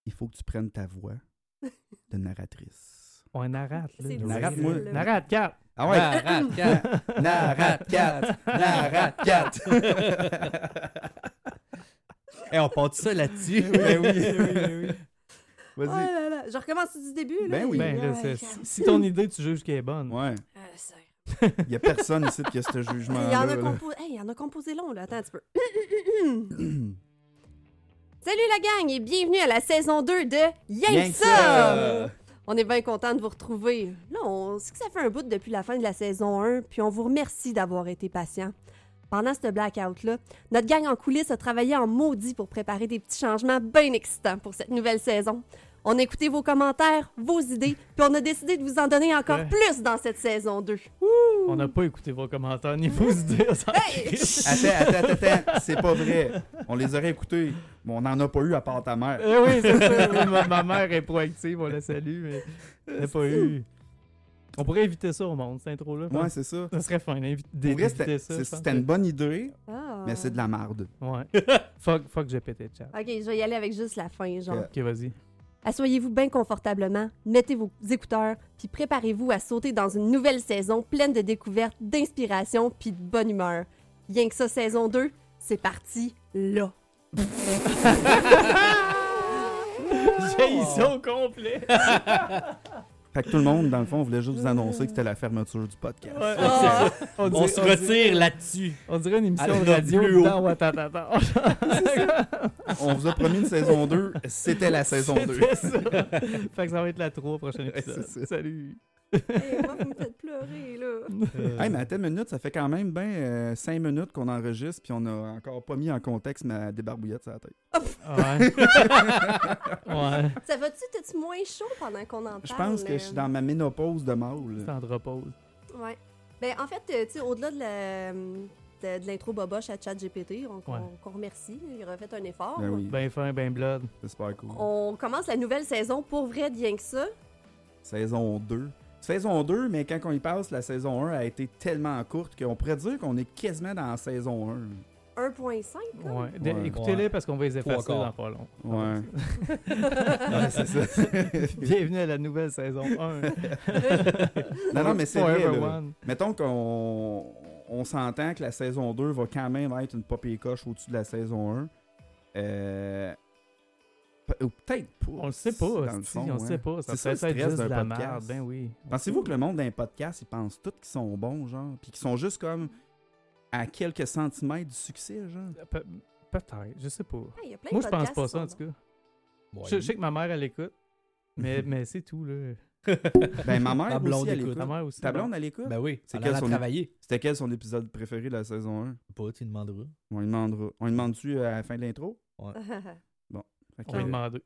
il faut que tu prennes ta voix de narratrice. On narrate, là. C'est Narrate-moi. difficile, là. Narrate 4. Ah ouais! Narrate 4. Narrate 4! Narrate 4! Hey, on part ça là-dessus. Ben oui. Oh Vas-y. là là. Je recommence du début, là. Ben oui. Ben là, Ouais, si ton idée, tu juges qu'elle est bonne. Ouais. ça. Il y a personne ici qui a ce jugement-là. Il y en a composé long, là. Attends un petit peu. Salut la gang et bienvenue à la saison 2 de Yank ça! On est bien content de vous retrouver. Là, on sait que ça fait un bout depuis la fin de la saison 1, puis on vous remercie d'avoir été patient. Pendant ce blackout-là, notre gang en coulisses a travaillé en maudit pour préparer des petits changements bien excitants pour cette nouvelle saison. On a écouté vos commentaires, vos idées, puis on a décidé de vous en donner encore Ouais. plus dans cette saison 2. On n'a pas écouté vos commentaires ni vos idées. Hey! Attends, c'est pas vrai. On les aurait écoutés, mais on n'en a pas eu à part ta mère. Oui, c'est ça. Oui, ma mère est proactive, on la salue, mais elle n'a pas eu. On pourrait éviter ça au monde, cette intro-là. Ouais, c'est ça. Ça serait fun Pour vrai, d'éviter c'était ça. je pense c'était que- une bonne idée, Ah. mais c'est de la marde. Ouais. Fuck, j'ai pété le chat. Ok, je vais y aller avec juste la fin, genre. Ok. Ok, vas-y. Asseyez-vous bien confortablement, mettez vos écouteurs, puis préparez-vous à sauter dans une nouvelle saison pleine de découvertes, d'inspiration, puis de bonne humeur. Rien que ça, saison 2, c'est parti là. J'ai ça au complet. Fait que tout le monde, dans le fond, voulait juste vous annoncer que c'était la fermeture du podcast. Ouais, Ah. On se retire là-dessus. On dirait une émission À de notre radio plus haut. dans Ouattata. On vous a promis une saison 2, c'était la saison 2. C'était ça. Fait que ça va être la 3 prochaine Ouais, épisode. c'est ça. Salut. Hey, moi, vous me faites pleurer, là. Hey, mais attends une minute, ça fait quand même 5 minutes qu'on enregistre, puis on a encore pas mis en contexte ma débarbouillette sur la tête. Ouais. Ouais. Ça va-tu, t'es-tu moins chaud pendant qu'on en parle? Je pense que je suis dans ma ménopause de mâle. C'est en repose. Ouais. Ben, en fait, tu sais, au-delà de l'intro boboche à ChatGPT, qu'on remercie, il aurait fait un effort. Ben oui, Ben fin, ben blood. c'est super cool. On commence la nouvelle saison pour vrai, rien que ça. Saison 2. Saison 2, mais quand on y passe, la saison 1 a été tellement courte qu'on pourrait dire qu'on est quasiment dans la saison 1. 1.5, là. Ouais. Ouais. Écoutez-les Ouais. parce qu'on va les effacer Trois dans pas long. Ouais. Ouais, c'est ça. Bienvenue à la nouvelle saison 1. Non, mais c'est Forever vrai, là. One. Mettons qu'on s'entend que la saison 2 va quand même être une pop et coche au-dessus de la saison 1. Ou peut-être pas. On le sait pas, dans le hostie, fond, on le ouais. sait pas. Ça C'est ça, peut le être stress juste de d'un la podcast. merde, ben oui. Pensez-vous que le monde d'un podcast, ils pensent tous qu'ils sont bons, genre, puis qu'ils sont juste comme à quelques centimètres du succès, genre? Peut-être, je sais pas. Ah, il y a plein Moi, de je pense podcasts pas qui ça, en sont tout cas. Ouais. Je sais que ma mère, elle écoute, mais c'est tout, là. Ben, ma mère Ma blonde aussi, elle écoute. écoute. Ta mère aussi. Ta blonde, elle écoute? Ben oui, C'est c'est quel qu'elle a son- travaillé. C'était quel son épisode préféré de la saison 1? Pas, tu demanderas. On lui demandera. On lui demande-tu à la fin de l'intro? Fait que, On va demander.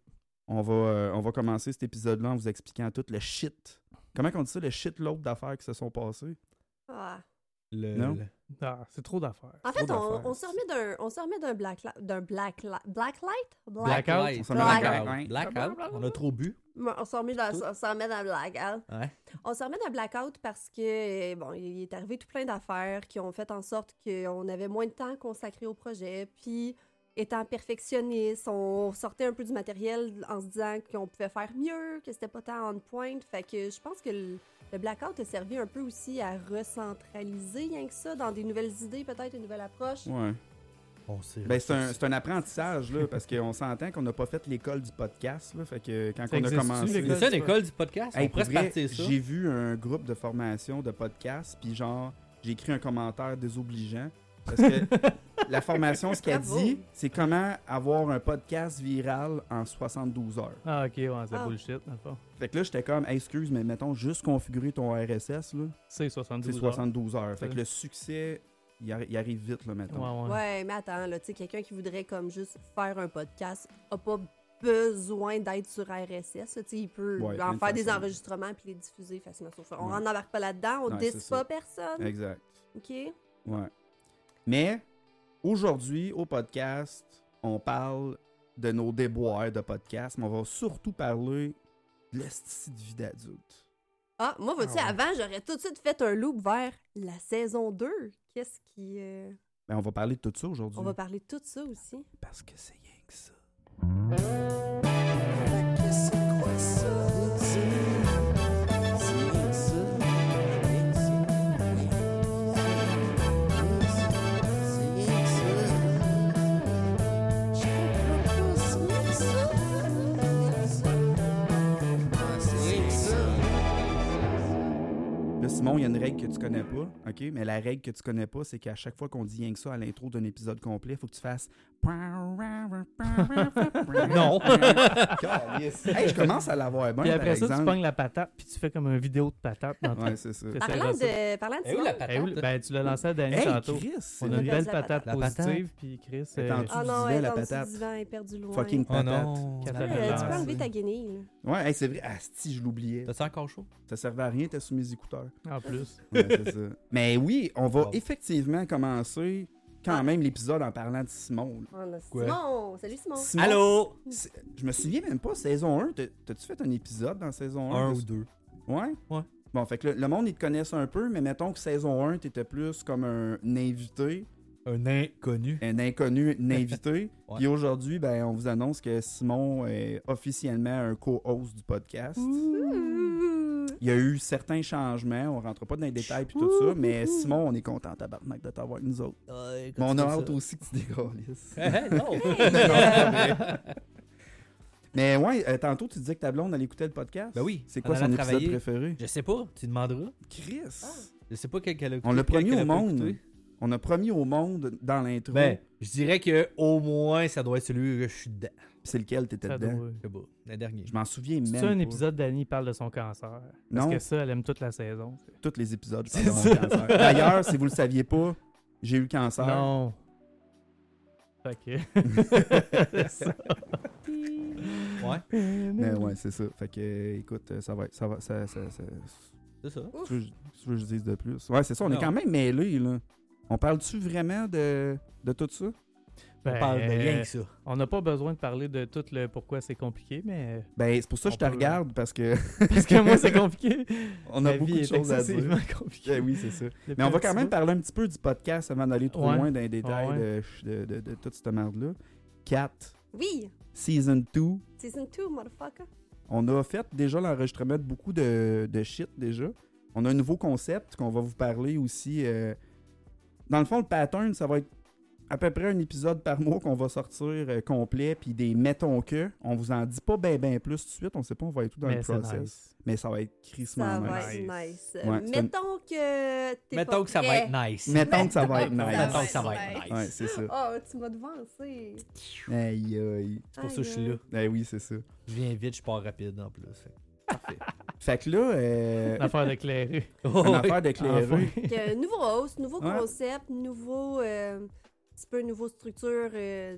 on va commencer cet épisode-là en vous expliquant tout le shit. Comment on dit ça? Le shitload d'affaires qui se sont passées? Ah. Non? Ah, c'est trop d'affaires. En fait, Trop d'affaires. on se remet d'un blacklight. Blackout? On s'en Blackout. met Blackout. On a trop bu. On s'en remet d'un blackout. Ouais. On s'en remet d'un blackout parce que, bon, il est arrivé tout plein d'affaires qui ont fait en sorte qu'on avait moins de temps consacré au projet. Puis, étant perfectionniste, on sortait un peu du matériel en se disant qu'on pouvait faire mieux, que c'était pas tant on point. Fait que je pense que le blackout a servi un peu aussi à recentraliser, rien que ça, dans des nouvelles idées, peut-être une nouvelle approche. Ouais. On sait. Ben, c'est un apprentissage, là, parce qu'on s'entend qu'on n'a pas fait l'école du podcast, là, fait que quand Ça on a existe-tu, commencé... l'école? C'est ça l'école du podcast? Hey, On pourrait pour se vrai, partir ça. j'ai vu un groupe de formation de podcast, puis genre, j'ai écrit un commentaire désobligeant, parce que la formation, ce qu'elle Bravo. dit, c'est comment avoir un podcast viral en 72 heures. Ah, ok, ouais, c'est Ah. bullshit, dans le fond. Fait que là, j'étais comme, hey, excuse, mais mettons, juste configurer ton RSS, là, C'est 72 c'est heures. 72 heures. Fait Ouais. que le succès, il arrive vite, là, mettons. Ouais. Ouais, mais attends, là, tu sais, quelqu'un qui voudrait comme juste faire un podcast a pas besoin d'être sur RSS. Tu sais, il peut Ouais, en plein de faire des façons. enregistrements puis les diffuser facilement sur On Ouais. n'embarque pas là-dedans, on Ouais, diss c'est ça. pas personne. Exact. OK? Ouais. Mais, aujourd'hui, au podcast, on parle de nos déboires de podcast, mais on va surtout parler de l'esti de vie d'adulte. Ah, moi, vois-tu, Ah ouais. avant, j'aurais tout de suite fait un loop vers la saison 2. Qu'est-ce qui... Ben, on va parler de tout ça aujourd'hui. On va parler de tout ça aussi. Parce que c'est rien que ça. Simon, il y a une règle que tu connais pas, OK? Mais la règle que tu connais pas, c'est qu'à chaque fois qu'on dit rien que ça à l'intro d'un épisode complet, il faut que tu fasses... Non. Calisse. Hey, je commence à l'avoir bien, Puis après par ça, tu exemple. pognes la patate, puis tu fais comme une vidéo de patate dans ton... Ouais, c'est ça. Parlant de Eh oui, Simon. la patate. Ben, tu l'as lancé à Danny Hey, tantôt. Chris! On a une perdu belle la patate patate. positive, puis Chris... Attends, Ah tu non, disais elle la est dans le patate. divan, elle est perdue loin. Fucking Oh patate. non. Quatre Ouais, pattes. tu peux Ah, enlever c'est- ta guenille. là. Ouais, hey, c'est vrai. Asti, je l'oubliais. T'as-tu encore chaud? Ça servait à rien, t'es sous mes écouteurs. En plus. Ouais, c'est ça. Mais oui, on va Wow. effectivement commencer quand même l'épisode en parlant de Simon. là. On a Quoi? Simon! Salut Simon! Simon, Allô? Je me souviens même pas, saison 1, t'as-tu fait un épisode dans saison 1? Un ou deux. Ouais? Ouais. Bon, fait que le monde, ils te connaissent un peu, mais mettons que saison 1, t'étais plus comme un invité, Un inconnu. un inconnu, un invité. Ouais. Puis aujourd'hui, ben, on vous annonce que Simon est officiellement un co-host du podcast. Ouh. Il y a eu certains changements, on rentre pas dans les détails puis tout ça, mais Simon, on est content, tabarnak, de t'avoir avec nous autres. Mais on a hâte aussi que tu dégralisses. Non. Mais ouais, tantôt, tu disais que ta blonde allait écouter le podcast. Ben oui. C'est quoi en son allant épisode travailler. préféré? Je sais pas, tu demanderas. Chris! Je sais pas quel a écouté. On l'a promis quel au elle a pas monde. écouté. On a promis au monde dans l'intro. Ben, je dirais que au moins ça doit être celui que je suis dedans. Puis c'est lequel t'étais Ça dedans? doit... Je sais pas, le dernier. Je m'en souviens même C'est un pas. épisode d'Annie parle de son cancer. Parce Non. que ça, elle aime toute la saison. Tous les épisodes, je C'est parle de mon ça. cancer. D'ailleurs, si vous le saviez pas, j'ai eu le cancer. Non. Fait que... C'est ça. Ouais, Mais ouais, c'est ça. Fait que, écoute, ça va être... c'est ça. Tu veux que je dise de plus? Ouais, c'est ça, on est Non. quand même mêlés, là. On parle-tu vraiment de tout ça? Ben, On parle de rien que ça. On n'a pas besoin de parler de tout le pourquoi c'est compliqué, mais... Ben, c'est pour ça que On je te peut- regarde, parce que Parce que moi, c'est compliqué. on a Ma beaucoup vie de est choses à dire. excessivement compliquée. Ben oui, c'est ça. Depuis Mais on va un quand petit même bout. parler un petit peu du podcast avant d'aller trop Ouais. loin dans les détails Ouais. de toute cette merde-là. 4, Oui! Season 2. Season 2, motherfucker! On a fait déjà l'enregistrement de beaucoup de shit déjà. On a un nouveau concept qu'on va vous parler aussi. Dans le fond, le pattern, ça va être à peu près un épisode par mois qu'on va sortir complet, puis des mettons que. On vous en dit pas ben plus tout de suite, on sait pas, on va être tout dans Mais le c'est process. nice. Mais ça va être crissement Ça nice. va être nice. Ouais, c'est Mettons que t'es Mettons pas que ça va prêt. être nice. Mettons que ça va être Mettons nice. Mettons que ça va être nice. Ouais, c'est ça. Oh, tu m'as devancé. Aïe, aïe. C'est pour ça que je suis là. Ben oui, c'est ça. Je viens vite, je pars rapide en plus. Parfait. Fait que là, Une affaire d'éclairer. une affaire d'éclairer. Que, nouveau host, nouveau Ouais. concept, nouveau petit peu nouveau structure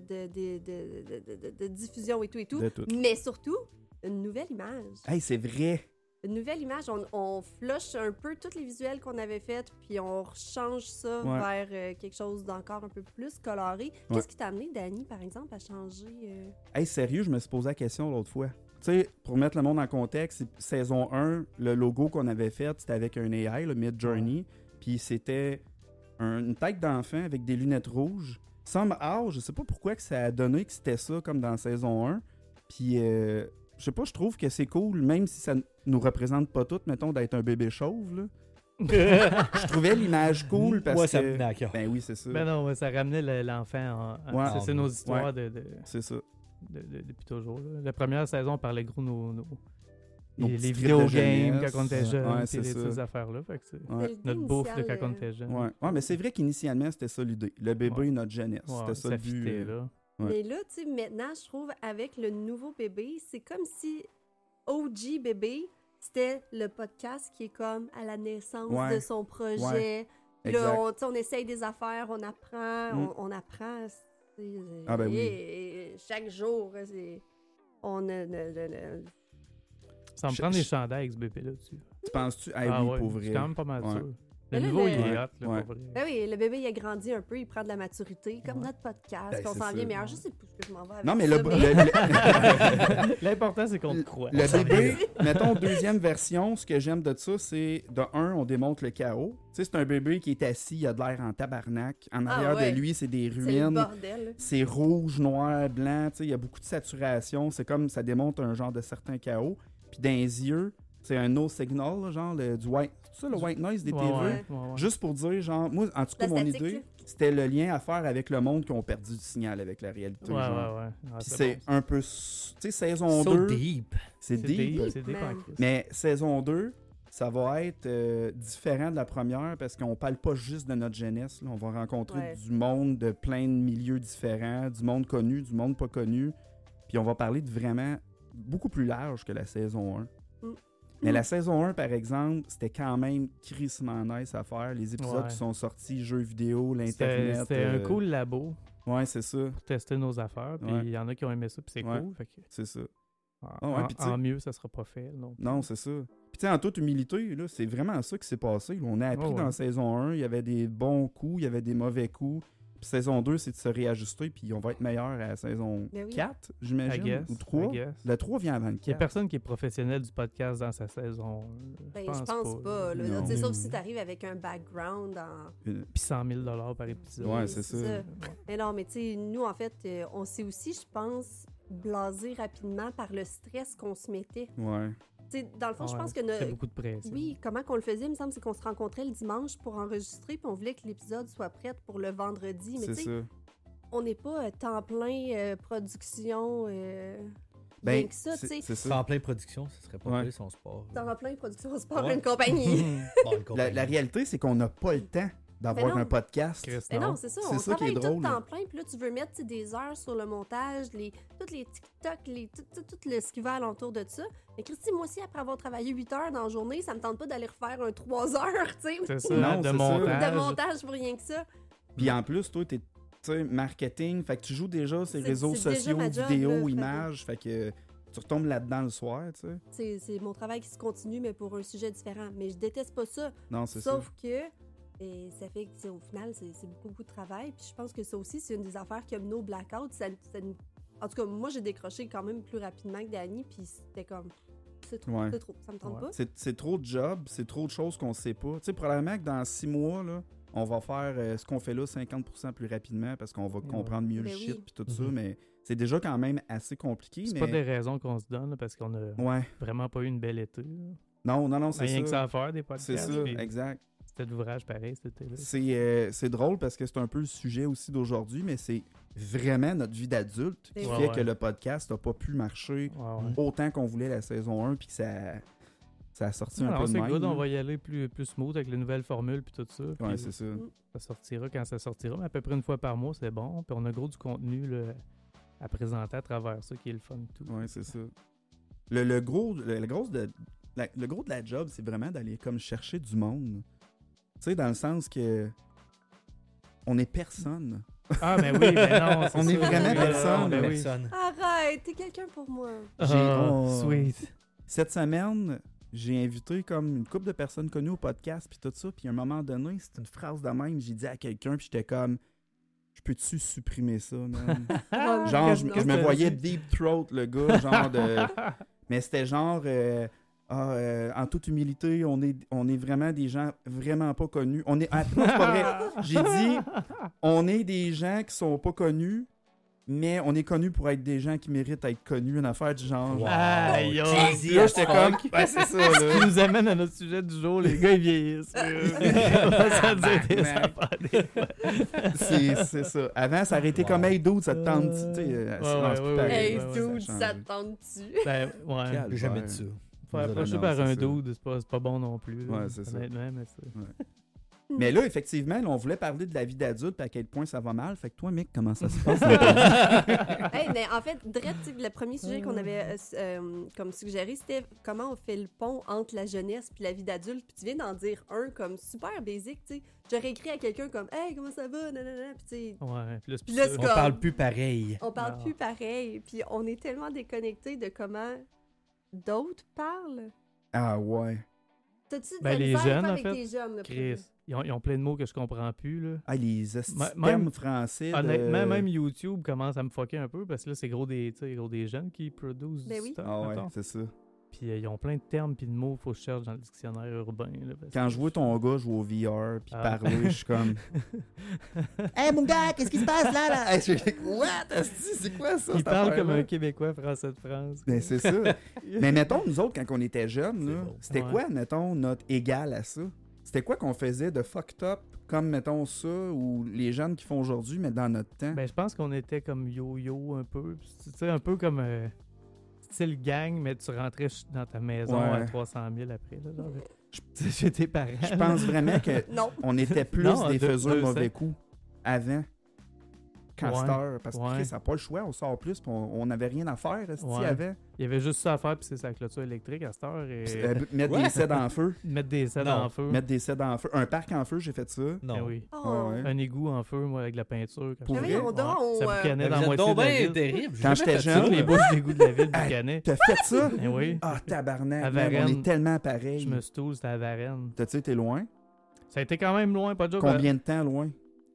de diffusion et tout et tout. De tout. Mais surtout, une nouvelle image. Hey, c'est vrai. Une nouvelle image. On flush un peu tous les visuels qu'on avait faits, puis on change ça Ouais. vers quelque chose d'encore un peu plus coloré. Ouais. Qu'est-ce qui t'a amené, Dani, par exemple, à changer Hey, sérieux, je me suis posé la question l'autre fois. Tu sais, pour mettre le monde en contexte, saison 1, le logo qu'on avait fait, c'était avec un AI, le Mid-Journey, puis c'était une tête d'enfant avec des lunettes rouges. Somehow, je sais pas pourquoi que ça a donné que c'était ça comme dans saison 1. Puis, je sais pas, je trouve que c'est cool, même si ça nous représente pas toutes, mettons, d'être un bébé chauve, là. Je trouvais l'image cool parce Moi, que... ça me tenait à cœur. Ben oui, c'est ça. Ben non, mais ça ramenait l'enfant. Ouais. C'est nos histoires C'est ça. depuis toujours. Là. La première saison, on parlait gros Nos les petits vidéo trips de games jeunesse. quand on était jeune, Ouais, puis c'est ça. ces affaires-là. Fait que c'est Ouais. l'idée notre bouffe de initiale, quand on était jeune. Ouais, mais c'est vrai qu'initialement, c'était ça l'idée. Le bébé, Ouais. notre jeunesse. Ouais, C'était ça le but. fitait, là. Ouais. Mais là, tu sais, maintenant, je trouve, avec le nouveau bébé, c'est comme si OG bébé, c'était le podcast qui est comme à la naissance Ouais. de son projet. Ouais. Là, Exact. tu sais, on essaye des affaires, on apprend, Mm. on apprend. Ah ben oui. Et chaque jour, on a... Ça me Je- prend des je- chandails avec ce bébé-là dessus. Tu penses-tu? Ah, Ah oui, ouais, pour je vrai. suis quand même pas mal Ouais. sûr. Mais Le là, niveau, le- il est hot, là, Ouais. pour vrai. Ben oui, le bébé, il a grandi un peu, il prend de la maturité, comme Ouais. notre podcast, Ben, puis on c'est s'en ça. vient meilleur. Je sais pas ce que je m'en vais avec Non, mais ça, L'important, c'est qu'on te croit. le bébé, mettons, deuxième version, ce que j'aime de ça, c'est, de un, on démontre le chaos. Tu sais, c'est un bébé qui est assis, il a de l'air en tabarnak. En arrière ouais. de lui, c'est des c'est le ruines. bordel. C'est rouge, noir, blanc. Tu sais, il y a beaucoup de saturation. C'est comme, ça démontre un genre de certain chaos. Puis dans les yeux, c'est un no signal, là, genre, du white. C'est ça, le white noise des Ouais, TV? ouais, ouais. Juste pour dire, genre, moi, en tout cas, La mon statique, idée, là. c'était le lien à faire avec le monde qui ont perdu du signal avec la réalité. Ouais, ouais, genre. ouais. Ah, Puis c'est c'est bon. un peu. Tu sais, saison So 2, deep. c'est deep. C'est deep en man. Christ. Mais saison 2, ça va être différent de la première parce qu'on parle pas juste de notre jeunesse. Là. On va rencontrer du monde de plein de milieux différents, du monde connu, du monde pas connu. Puis on va parler de vraiment beaucoup plus large que la saison 1. Mais la saison 1, par exemple, c'était quand même crissement nice à faire. Les épisodes qui sont sortis, jeux vidéo, l'Internet. C'était un cool labo. Ouais, c'est ça. Pour tester nos affaires. Puis il y en a qui ont aimé ça, puis c'est cool. Fait que, c'est ça. En mieux, ça sera pas fait. Non, c'est ça. Puis tu sais, en toute humilité, là, c'est vraiment ça qui s'est passé. Là. On a appris dans la saison 1, il y avait des bons coups, il y avait des mauvais coups. Puis saison 2, c'est de se réajuster, puis on va être meilleur à la saison 4, j'imagine, ou 3. Le 3 vient avant le 4. Il n'y a personne qui est professionnel du podcast dans sa saison. Je pense pas. Là. Sauf si tu arrives avec un background Puis 100 000 par épisode. Ouais, c'est ça. Mais non, mais tu sais, nous, en fait, on s'est aussi, je pense, blasé rapidement par le stress qu'on se mettait. Ouais. T'sais, dans le fond, je pense que... C'est beaucoup de pression. Oui, comment qu'on le faisait, il me semble, c'est qu'on se rencontrait le dimanche pour enregistrer, puis on voulait que l'épisode soit prêt pour le vendredi. Mais tu sais, on n'est pas temps plein production... bien que ça, tu sais. C'est ça. Temps plein production, ce serait pas plus son sport. Temps plein production, sport, une compagnie. La réalité, c'est qu'on n'a pas le temps d'avoir un podcast. Mais non, c'est ça. On travaille tout temps plein, puis là, tu veux mettre des heures sur le montage, tous les TikTok, tout ce qui va alentour de ça. Mais Christy, moi aussi, après avoir travaillé 8 heures dans la journée, ça me tente pas d'aller refaire un 3 heures, tu sais. C'est ça, de montage. De montage pour rien que ça. Puis en plus, toi, t'es marketing, fait que tu joues déjà sur les réseaux sociaux, vidéos, images, fait que tu retombes là-dedans le soir, tu sais. C'est mon travail qui se continue, mais pour un sujet différent. Mais je déteste pas ça. Non, c'est ça. Sauf que... Et ça fait que, au final, c'est beaucoup de travail. Puis je pense que ça aussi, c'est une des affaires qui a mené au blackout. En tout cas, moi, j'ai décroché quand même plus rapidement que Dani. Puis c'était comme, c'est trop, ça me tente pas. C'est trop de jobs, c'est trop de choses qu'on sait pas. Tu sais, probablement que dans 6 mois, là, on va faire ce qu'on fait là 50% plus rapidement parce qu'on va comprendre mieux le shit puis tout ça. Mais c'est déjà quand même assez compliqué. C'est pas des raisons qu'on se donne là, parce qu'on a vraiment pas eu une belle été. Là. Non, c'est ça. Rien que ça à faire, des podcasts. C'est ça, exact. C'était de l'ouvrage pareil, c'était là. C'est drôle parce que c'est un peu le sujet aussi d'aujourd'hui, mais c'est vraiment notre vie d'adulte qui fait que le podcast n'a pas pu marcher autant qu'on voulait la saison 1 puis que ça a sorti un peu de même. C'est good, on va y aller plus smooth avec les nouvelles formules puis tout ça. Ouais, c'est ça. Ça sortira quand ça sortira, mais à peu près une fois par mois, c'est bon. Puis on a gros du contenu là, à présenter à travers ça qui est le fun tout. Ouais, c'est ça. Le gros de la job, c'est vraiment d'aller comme chercher du monde. Tu sais, dans le sens que on est personne. Ah, mais oui, mais non. On est vraiment personne. Arrête, t'es quelqu'un pour moi. Sweet. Cette semaine, j'ai invité comme une couple de personnes connues au podcast, puis tout ça. Puis à un moment donné, c'est une phrase de même, j'ai dit à quelqu'un, puis j'étais comme, je peux-tu supprimer ça, man? Genre, je me voyais deep throat, le gars, genre de... Mais c'était genre... en toute humilité, on est vraiment des gens vraiment pas connus. Non, c'est pas vrai. J'ai dit, on est des gens qui sont pas connus, mais on est connus pour être des gens qui méritent d'être connus. Une affaire du genre. Wow. Là, j'étais comme... Ouais, c'est ça, là. Ce qui nous amène à notre sujet du jour, les gars, ils vieillissent. C'est ça. Avant, ça aurait été comme « Hey, dude, ça te tente-tu? » Hey, dude, ça te tente-tu? Ouais, jamais de ça. Faut approcher par un dude, c'est pas bon non plus. Ouais, c'est ça. Mais Mais là, effectivement, là, on voulait parler de la vie d'adulte et à quel point ça va mal. Fait que toi, mec, comment ça se passe? Mais en fait, le premier sujet qu'on avait comme suggéré, c'était comment on fait le pont entre la jeunesse et la vie d'adulte. Puis tu viens d'en dire un comme super basic, tu sais. J'aurais écrit à quelqu'un comme « Hey, comment ça va? » Puis tu sais... on parle plus pareil. On parle plus pareil. Puis on est tellement déconnectés de comment d'autres parlent. Ah ouais. T'as-tu les jeunes, avec en fait, tes jeunes, là, Chris, ils ont plein de mots que je comprends plus, là. Ah, les termes français. Honnêtement, même YouTube commence à me fucker un peu parce que là, c'est gros des jeunes qui produisent du stuff. Ah ouais, c'est ça. Puis ils ont plein de termes puis de mots qu'il faut que je cherche dans le dictionnaire urbain. Là, quand je vois ton gars jouer au VR puis parler, je suis comme... Hey, mon gars, qu'est-ce qui se passe là? Je suis what? C'est quoi ça? Il parle comme un Québécois français de France. Ben, c'est ça. Mais mettons, nous autres, quand on était jeunes, là, c'était quoi, mettons, notre égal à ça? C'était quoi qu'on faisait de fucked up comme, mettons, ça, ou les jeunes qui font aujourd'hui, mais dans notre temps? Ben, je pense qu'on était comme yo-yo un peu. Tu sais, un peu comme... style gang, mais tu rentrais dans ta maison à 300 000 après. Là, genre. Chez tes parents. Je pense vraiment que Non. on était plus Non, des faiseurs de 200. mauvais coups avant qu'à Ouais. cette heure. Parce que Ouais. Chris, ça n'a pas le choix, on sort plus, puis on n'avait rien à faire esti, Ouais. avant. Il y avait juste ça à faire, puis c'est sa clôture électrique à cette heure. Et... Mettre Ouais. des cèdres en feu. Mettre des selles Non. en feu. Mettre des cèdres en feu. Un parc en feu, j'ai fait ça. Non. Eh oui. Oh. Ouais. Un égout en feu, moi, avec de la peinture. Pour Mais vrai? voyons donc, Ça ouais. boucanait dans Vous la êtes moitié donc de la bien ville. terrible. J'ai Quand jamais j'étais fait jeune, Toutes ça. les bouches d'égout de la ville Hey, boucanaient. T'as fait ça? Eh oui. Ah, tabarnak. À man, on Varennes. est tellement pareil. Je me stoule, c'était à Varennes. T'as-tu été loin? Ça a été quand même loin, pas de joke. Combien de temps loin?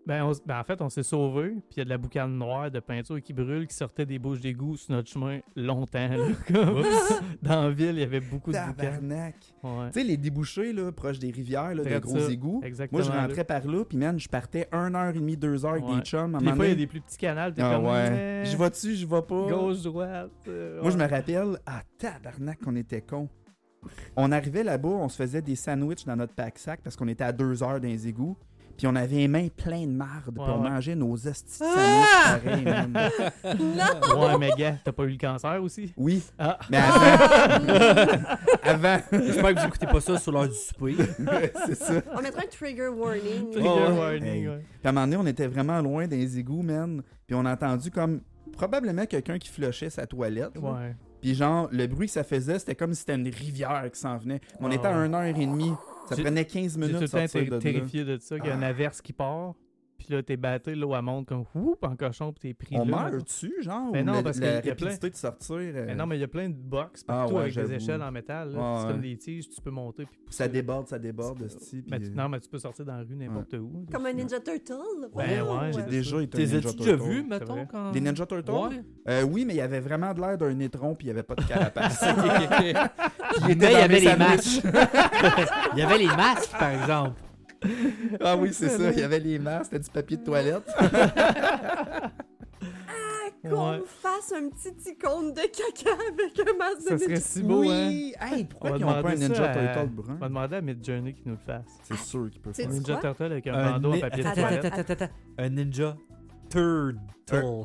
En fait, on s'est sauvés, puis il y a de la boucane noire de peinture qui brûle, qui sortait des bouches d'égout sur notre chemin longtemps. là, comme. Dans la ville, il y avait beaucoup de boucanes. Tabarnak. Ouais. Tu sais, les débouchés, là, proches des rivières, là, de Très gros ça. égouts. Exactement. Moi, je rentrais par là, puis man, je partais 1h30, 2h avec Ouais. des chums. À un Puis des moment fois, il y a donné. des plus petits canals, t'es Ah comme... ouais. Je vais-tu, je vais pas. Gauche, droite. Moi, je me rappelle, tabarnak, qu'on était cons. On arrivait là-bas, on se faisait des sandwichs dans notre pack-sac parce qu'on était à 2 heures dans les égouts. Puis on avait les mains pleines de marde. Puis on Ouais. mangeait nos estis de Ah! sandwichs pareil, man. Non! Ouais, mais gars, t'as pas eu le cancer aussi? Oui, Ah! mais avant. avant. J'espère que vous écoutez pas ça sur l'heure du souper. C'est ça. On mettra un trigger warning. Trigger ouais. warning, Hey. ouais. Puis à un moment donné, on était vraiment loin des égouts, man. Puis on a entendu comme probablement quelqu'un qui flushait sa toilette. là. Ouais. Puis genre, le bruit que ça faisait, c'était comme si c'était une rivière qui s'en venait. On Ah était à ouais. 1h30. Ça J'ai- prenait 15 J'ai minutes tout de le temps sortir été de là. terrifié de ça, qu'il y a une averse qui part, puis là, t'es battu, l'eau, elle monte comme whoop en cochon, puis t'es pris On là. meurt-tu, genre? Mais ou non, la, parce la qu'il y a plein- rapidité de sortir... Mais non, mais il y a plein de box Ah partout ouais, avec des j'avoue. échelles en métal. Là, Ouais, c'est ouais. comme des tiges, tu peux monter. Puis Ça pousser. déborde, esti, Mais puis, non, mais tu peux sortir dans la rue n'importe où. Comme un Ninja Turtle. Ben voyons, ouais, J'ai c'est déjà été un T'es Ninja as-tu déjà Turtle. vu, C'est mettons, vrai. quand... Des Ninja Turtles? Ouais. Oui, mais il y avait vraiment de l'air d'un étron, puis il n'y avait pas de carapace. Mais il il y avait les masques. Il y avait les masques, par exemple. Ah oui, c'est ça. Il y avait les masques, c'était du papier de toilette. Qu'on Ouais. me fasse un petit icône de caca avec un masque de Ça serait Ninja. si beau, hein? Oui! Hey, pourquoi On va ils n'ont pas un demander Ninja ça à- Turtle On brun? va demander à Midjourney qui nous le fasse. C'est sûr qu'il peut C'est faire du ça. Ninja quoi? Turtle avec un bandeau en papier de Attends, toilette. attends. Un ninja turtle.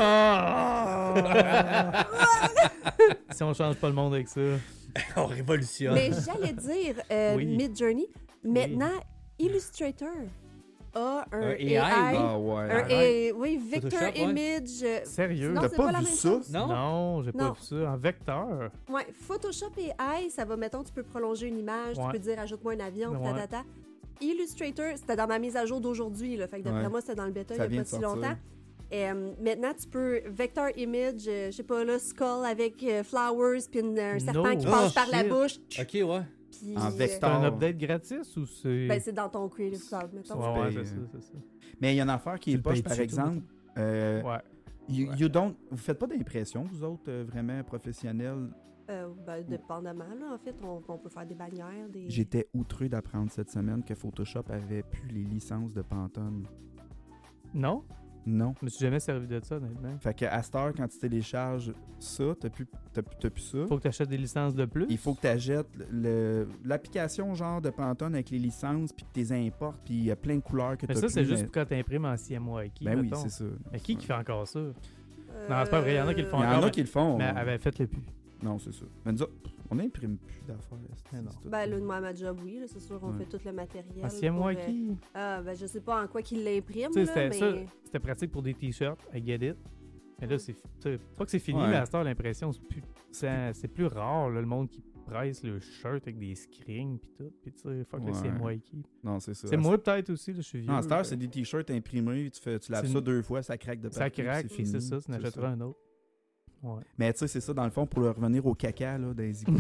Ah! Si on change pas le monde avec ça. On révolutionne. Mais j'allais dire Oui. Midjourney. Maintenant, Illustrator a un AI. Ah ouais. Oui, Vector Photoshop, ouais. Image. Sérieux? Non, T'as c'est pas pas la vu même ça? chose. Non? Non, j'ai pas Non. vu ça. En vecteur. Ouais, Photoshop AI, ça va, mettons, tu peux prolonger une image, Ouais. tu peux dire ajoute-moi un avion, Ouais. ta. Illustrator, c'était dans ma mise à jour d'aujourd'hui, là, fait que d'après Ouais. moi, c'était dans le bêta Ça il y vient a pas de si sortir. longtemps. Maintenant, tu peux Vector Image, je sais pas, là, Skull avec Flowers, puis un serpent qui No passe par la shit. bouche. Ok, ouais. Puis, En C'est vecteur. un update gratis ou c'est. ben, c'est dans ton Creative Cloud, mettons. Ouais, payes, c'est ça, c'est ça. Mais il y a une affaire qui Tu est le poche, payes par dessus, exemple. Ouais. Vous faites pas d'impression, vous autres, vraiment professionnels? Ben, dépendamment, là, en fait, on peut faire des bannières, des... J'étais outré d'apprendre cette semaine que Photoshop avait plus les licences de Pantone. Non? Non. Je me suis jamais servi de ça, honnêtement. Fait que à cette heure, quand tu télécharges ça, t'as plus ça. Faut que tu achètes des licences de plus. Il faut que tu achètes l'application genre de Pantone avec les licences, puis que tu les importes, puis il y a plein de couleurs que tu Mais as ça, c'est plus, juste mais- quand tu imprimes en CMYK. Ben oui, mettons. c'est ça. Mais qui fait encore ça? Euh, Non, c'est pas vrai, il y en a qui le font Il y en encore, a qui le font. Mais elle avait fait le plus. Non, c'est ça. Mais nous autres, on n'imprime plus d'affaires. Mais non. c'est tout. Ben là, moi, à ma job, oui, là, c'est sûr, on Ouais. fait tout le matériel. En pour, CMYK. ben, je sais pas en quoi qu'il l'imprime, Tu sais, là, c'était mais... ça. C'était pratique pour des t-shirts, I get it. Mais là, c'est. tu sais, pas que c'est fini, Ouais. mais à cette heure, l'impression, c'est plus rare, là, le monde qui presse le shirt avec des screens pis tout. Pis tu sais, fuck le Ouais. CMYK. Non, c'est ça. C'est moi peut-être aussi, là, je suis vieux. Non, à cette heure, là. c'est des t-shirts imprimés, tu laves C'est ça une- 2 fois, ça craque de partout. Ça craque, puis puis c'est fini. ça, tu n'achèteras un autre. Ouais. Mais tu sais, c'est ça, dans le fond, pour revenir au caca, là, dans les égouts.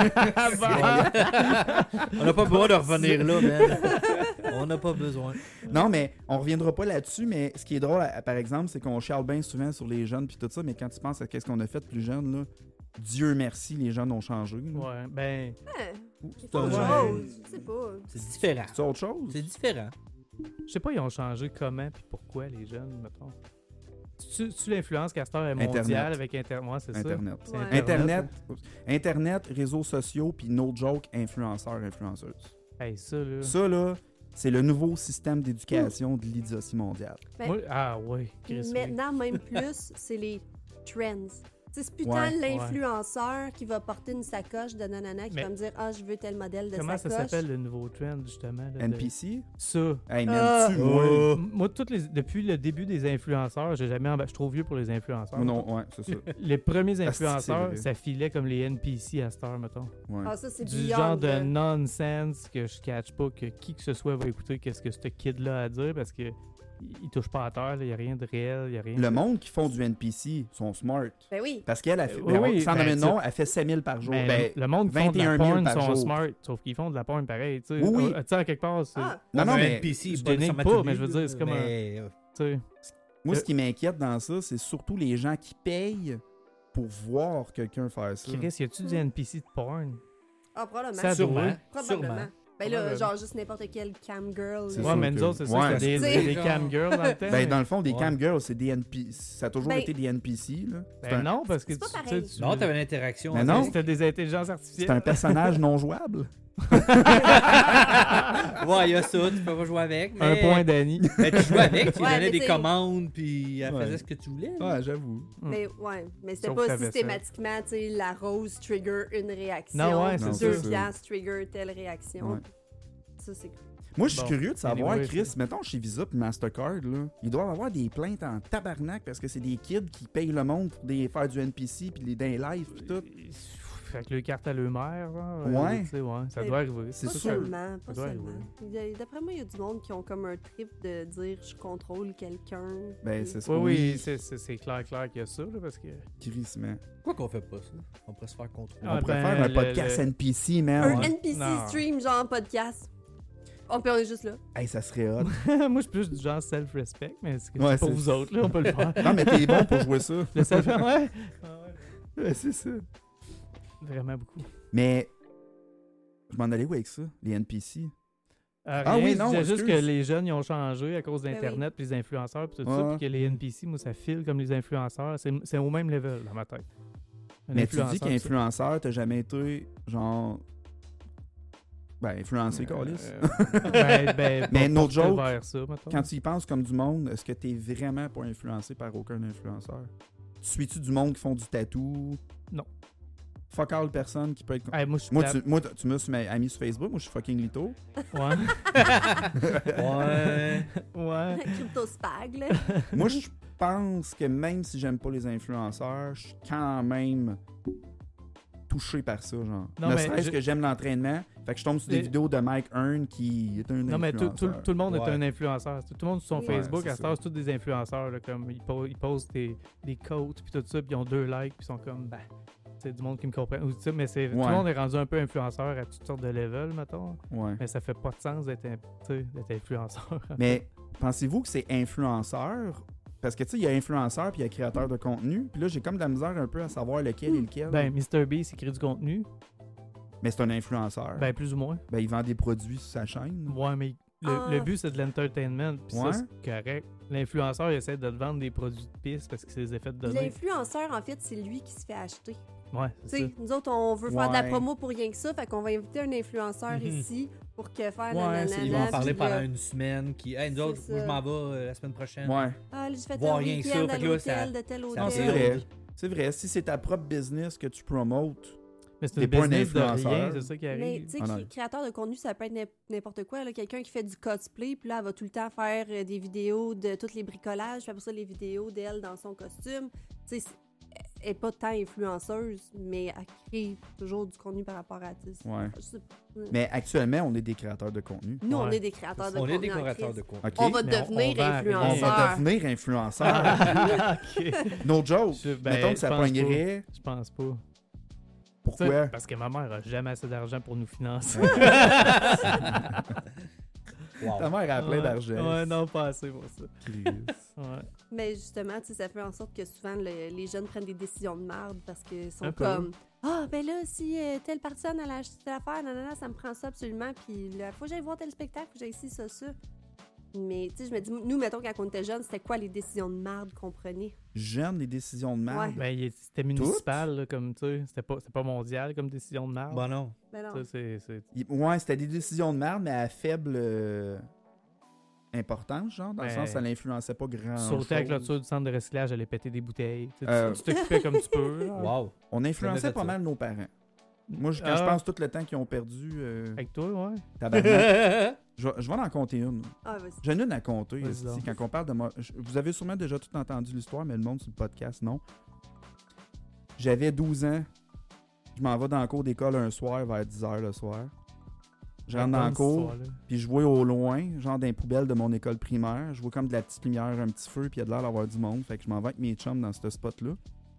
On n'a pas besoin de revenir là, man. On n'a pas besoin. Non, mais on reviendra pas là-dessus, mais ce qui est drôle, par exemple, c'est qu'on charle bien souvent sur les jeunes puis tout ça, mais quand tu penses à qu'est-ce qu'on a fait plus jeune, là, Dieu merci, les jeunes ont changé. là. Ouais, ben. Ouais, C'est c'est autre un- chose, je sais pas. C'est différent. C'est autre chose? C'est différent. Je sais pas, ils ont changé comment puis pourquoi les jeunes, mettons. Tu l'influence Castor est mondiale Internet. avec Internet. Moi, c'est ça. Internet. C'est Ouais. Internet, réseaux sociaux, puis no joke, influenceurs, influenceuses. Hey, ça, là. Ça, là, c'est le nouveau système d'éducation de l'idiotie mondiale. Ben, Moi, ah, ouais. Chris, oui. Maintenant, même plus, c'est les trends. C'est ce putain Ouais. de l'influenceur qui va porter une sacoche de nanana qui Mais- va me dire « Ah, je veux tel modèle de Comment sacoche. » ça s'appelle le nouveau trend, justement? Là, NPC? Ça. Hey, Ah. man, tu moi. Moi, depuis le début des influenceurs, j'ai jamais je suis trop vieux pour les influenceurs. Non, ouais, c'est ça. Les premiers Ah, c'est influenceurs, vrai. ça filait comme les NPC à cette heure, mettons. Ouais. Ah, ça, c'est Du beyond, genre de là. nonsense que je catch pas, que qui que ce soit va écouter qu'est-ce que ce kid-là a à dire parce que il touche pas à terre, il y a rien de réel, il y a rien. Le monde qui font du NPC sont smart. Ben oui. Parce qu'elle a fait. Oui, oui, sans ben, nommer de ça- nom, elle fait 5000 par jour. Ben, Ben, le monde qui font de 21 la 000 porn par sont jour. smart, sauf qu'ils font de la porn pareil, tu sais. Oui, oui. Tu sais, à quelque part, c'est... Ah, non, non, Un mais NPC, je pas dénigre nécessairement pas, tout mais je veux nu, dire, c'est comme mais, tu sais, moi, ce qui m'inquiète dans ça, c'est surtout les gens qui payent pour voir quelqu'un faire ça. Chris, y a-tu du NPC de porn? ah probablement. Ça Sûrement. doit. Probablement. Sûrement. Ben là, Probablement. genre juste n'importe quelle cam girl. C'est Ouais, sûr mais que- nous autres, c'est Ouais. ça, c'était C'est- des cam girls dans le temps. Ben, dans le fond, des Ouais. cam girls, c'est des NPC. Ça a toujours Ben- été des NPC. Là. C'est Ben un- non, parce que C'est pas tu sais, pareil. tu... Non, t'avais une interaction. Mais non. C'était des intelligences artificielles. C'est un personnage non jouable. Ouais, il y a ça, tu peux pas jouer avec. Mais... Un point d'Annie. Mais tu jouais avec, tu lui Ouais, donnais mais des t'sais- commandes, puis elle Ouais. faisait ce que tu voulais. Ouais, j'avoue. Mais ouais, mais c'était Sauf pas que t'avais ça. systématiquement, tu sais, la rose trigger une réaction. Non, ouais, c'est 2 ça. piastres trigger telle réaction. Ouais. Ça, c'est Moi, je suis Bon, curieux de savoir, anyway, Chris, mettons chez Visa et Mastercard, là, ils doivent avoir des plaintes en tabarnak parce que c'est des kids qui payent le monde pour faire du NPC puis dans les lives puis tout. Fait que le carte à leur mère, genre, Ouais. tu sais, ouais, ça Mais doit arriver. c'est pas sûr. seulement, pas Ça doit seulement. D'après moi, il y a du monde qui ont comme un trip de dire je contrôle quelqu'un. Ben, Puis- c'est ça. Oui, oui, c'est clair qu'il y a ça, là, parce que... Chris, man. Pourquoi qu'on fait pas ça? On pourrait se faire contrôler. Ah, On pourrait ben, faire un le- podcast le- NPC, man. Un Ouais. NPC Non. stream, genre podcast. On peut, on est juste là. Hey, ça serait hot. Moi, je suis plus du genre self-respect, mais c'est Ouais, pour c'est- vous autres, là, on peut le faire. Non, mais t'es bon pour jouer ça. Le self ouais. Ouais, c'est ça. Vraiment beaucoup. Mais, je m'en allais où avec ça, les NPC? Rien, oui, je non, disais juste excuse. que les jeunes, ils ont changé à cause Ben d'Internet, puis les influenceurs, puis tout Ouais. ça, puis que les NPC, moi, ça file comme les influenceurs. C'est au même level, dans ma tête. Un Mais tu dis influenceur, qu'influenceur, t'as jamais été, genre... Ben, influencé, ça. câlisse. Mais no porté joke, vers ça, mettons. Quand tu y penses comme du monde, est-ce que t'es vraiment pas influencé par aucun influenceur? Suis-tu du monde qui font du tatou? Non. Fuck all personne qui peut être... Hey, moi, je suis Moi, plate. tu m'as sur ma amie sur Facebook, moi je suis fucking lito. Ouais. Ouais. Ouais. Crypto spag, là. Moi, je pense que même si j'aime pas les influenceurs, je suis quand même touché par ça, genre. Non, ne mais serait-ce je- que j'aime l'entraînement. Fait que je tombe sur des Mais- vidéos de Mike Hearn qui est un Non, mais influenceur. tout le monde est Ouais. un influenceur. Tout le monde sur son Ouais, Facebook, c'est à ce ça. temps, c'est tous des influenceurs. Là, comme ils postent des quotes, puis tout ça, puis ils ont 2 likes, puis ils sont comme, ben, c'est du monde qui me comprend. Ou, tu sais, mais tout Ouais. le monde est rendu un peu influenceur à toutes sortes de levels, mettons. Ouais. Mais ça fait pas de sens d'être influenceur. Mais pensez-vous que c'est influenceur? Parce que tu sais, il y a influenceur puis il y a créateur de contenu. Puis là, j'ai comme de la misère un peu à savoir lequel est lequel. Ben, MrBeast, il crée du contenu. Mais c'est un influenceur. Ben, plus ou moins. Ben, il vend des produits sur sa chaîne. Ouais, mais Ah. le but, c'est de l'entertainment. Puis Ouais. ça, c'est correct. L'influenceur, il essaie de te vendre des produits de piste parce que c'est des effets de données. L'influenceur, en fait, c'est lui qui se fait acheter. Ouais, Tu c'est sais, ça. nous autres, on veut faire de la Ouais. promo pour rien que ça, fait qu'on va inviter un influenceur Mhm. ici pour que faire Ouais, nanana, c'est- Ils vont en parler puis là, pendant une semaine. Hey, nous C'est autres, moi, ça. je m'en vais la semaine prochaine. Ouais. Ah, là, j'ai fait Voir un rien que week-end ça, à fait que là, ça- l'hôtel de tel ça hôtel. Non, c'est build. vrai. C'est vrai. Si c'est ta propre business que tu promotes, Mais c'est T'es un pas un business de influenceur. rien, c'est ça qui Mais arrive. tu sais, Ah non. créateur de contenu, ça peut être n'importe quoi. là. Quelqu'un qui fait du cosplay, puis là, elle va tout le temps faire des vidéos de tous les bricolages, puis après ça, les vidéos d'elle dans son costume. Tu sais, elle n'est pas tant influenceuse, mais elle crée toujours du contenu par rapport à... tu sais, ouais. je sais pas. Mais actuellement, on est des créateurs de contenu. Nous, on Ouais. est des créateurs de On contenu. est des en créateurs de crise. contenu. OK? On va Mais devenir on va On influenceur. va devenir influenceur. Ah, ok. No joke. Ben, Mettons que je ça pense poignerait. Je pense pas. Pourquoi? T'sais, parce que ma mère a jamais assez d'argent pour nous financer. Wow. Ta mère a plein Ouais. d'argent. Ouais, non, pas assez pour ça. Chris. Ouais. Mais justement, tu sais, ça fait en sorte que souvent, les jeunes prennent des décisions de merde parce qu'ils sont Un peu. comme « Ah, ben là, si telle personne elle a acheté telle affaire, nanana, ça me prend ça absolument, puis là, faut que j'aille voir tel spectacle, faut que j'aille ici, ça. » Mais tu sais, je me dis, nous, mettons, quand on était jeunes, c'était quoi les décisions de merde qu'on prenait? Jeune, les décisions de merde. Ouais. Ben, c'était municipal, là, comme tu sais. C'était pas mondial comme décision de merde. Bon, non. Ben non. Ça, c'est. Ouais, c'était des décisions de merde, mais à faible. importance, genre, dans le Ben, sens ça l'influençait pas grand Sauter à la clôture du centre de recyclage, aller péter des bouteilles. Tu sais, Euh, tu t'occupais comme tu peux. là. Wow. On Jamais influençait fait pas ça. mal nos parents. Moi, quand je pense tout le temps qu'ils ont perdu, Avec toi, ouais. tabarnak, je vais en compter une. Ah, vas-y. J'en ai une à compter. Vas-y esti, donc. quand on parle de moi, vous avez sûrement déjà tout entendu l'histoire, mais le monde sur le podcast, non. J'avais 12 ans. Je m'en vais dans le cours d'école un soir vers 10h le soir. Je rentre dans le cours, puis je vois au loin, genre dans les poubelles de mon école primaire, je vois comme de la petite lumière, un petit feu, puis il y a de l'air d'avoir du monde. Fait que je m'en vais avec mes chums dans ce spot-là.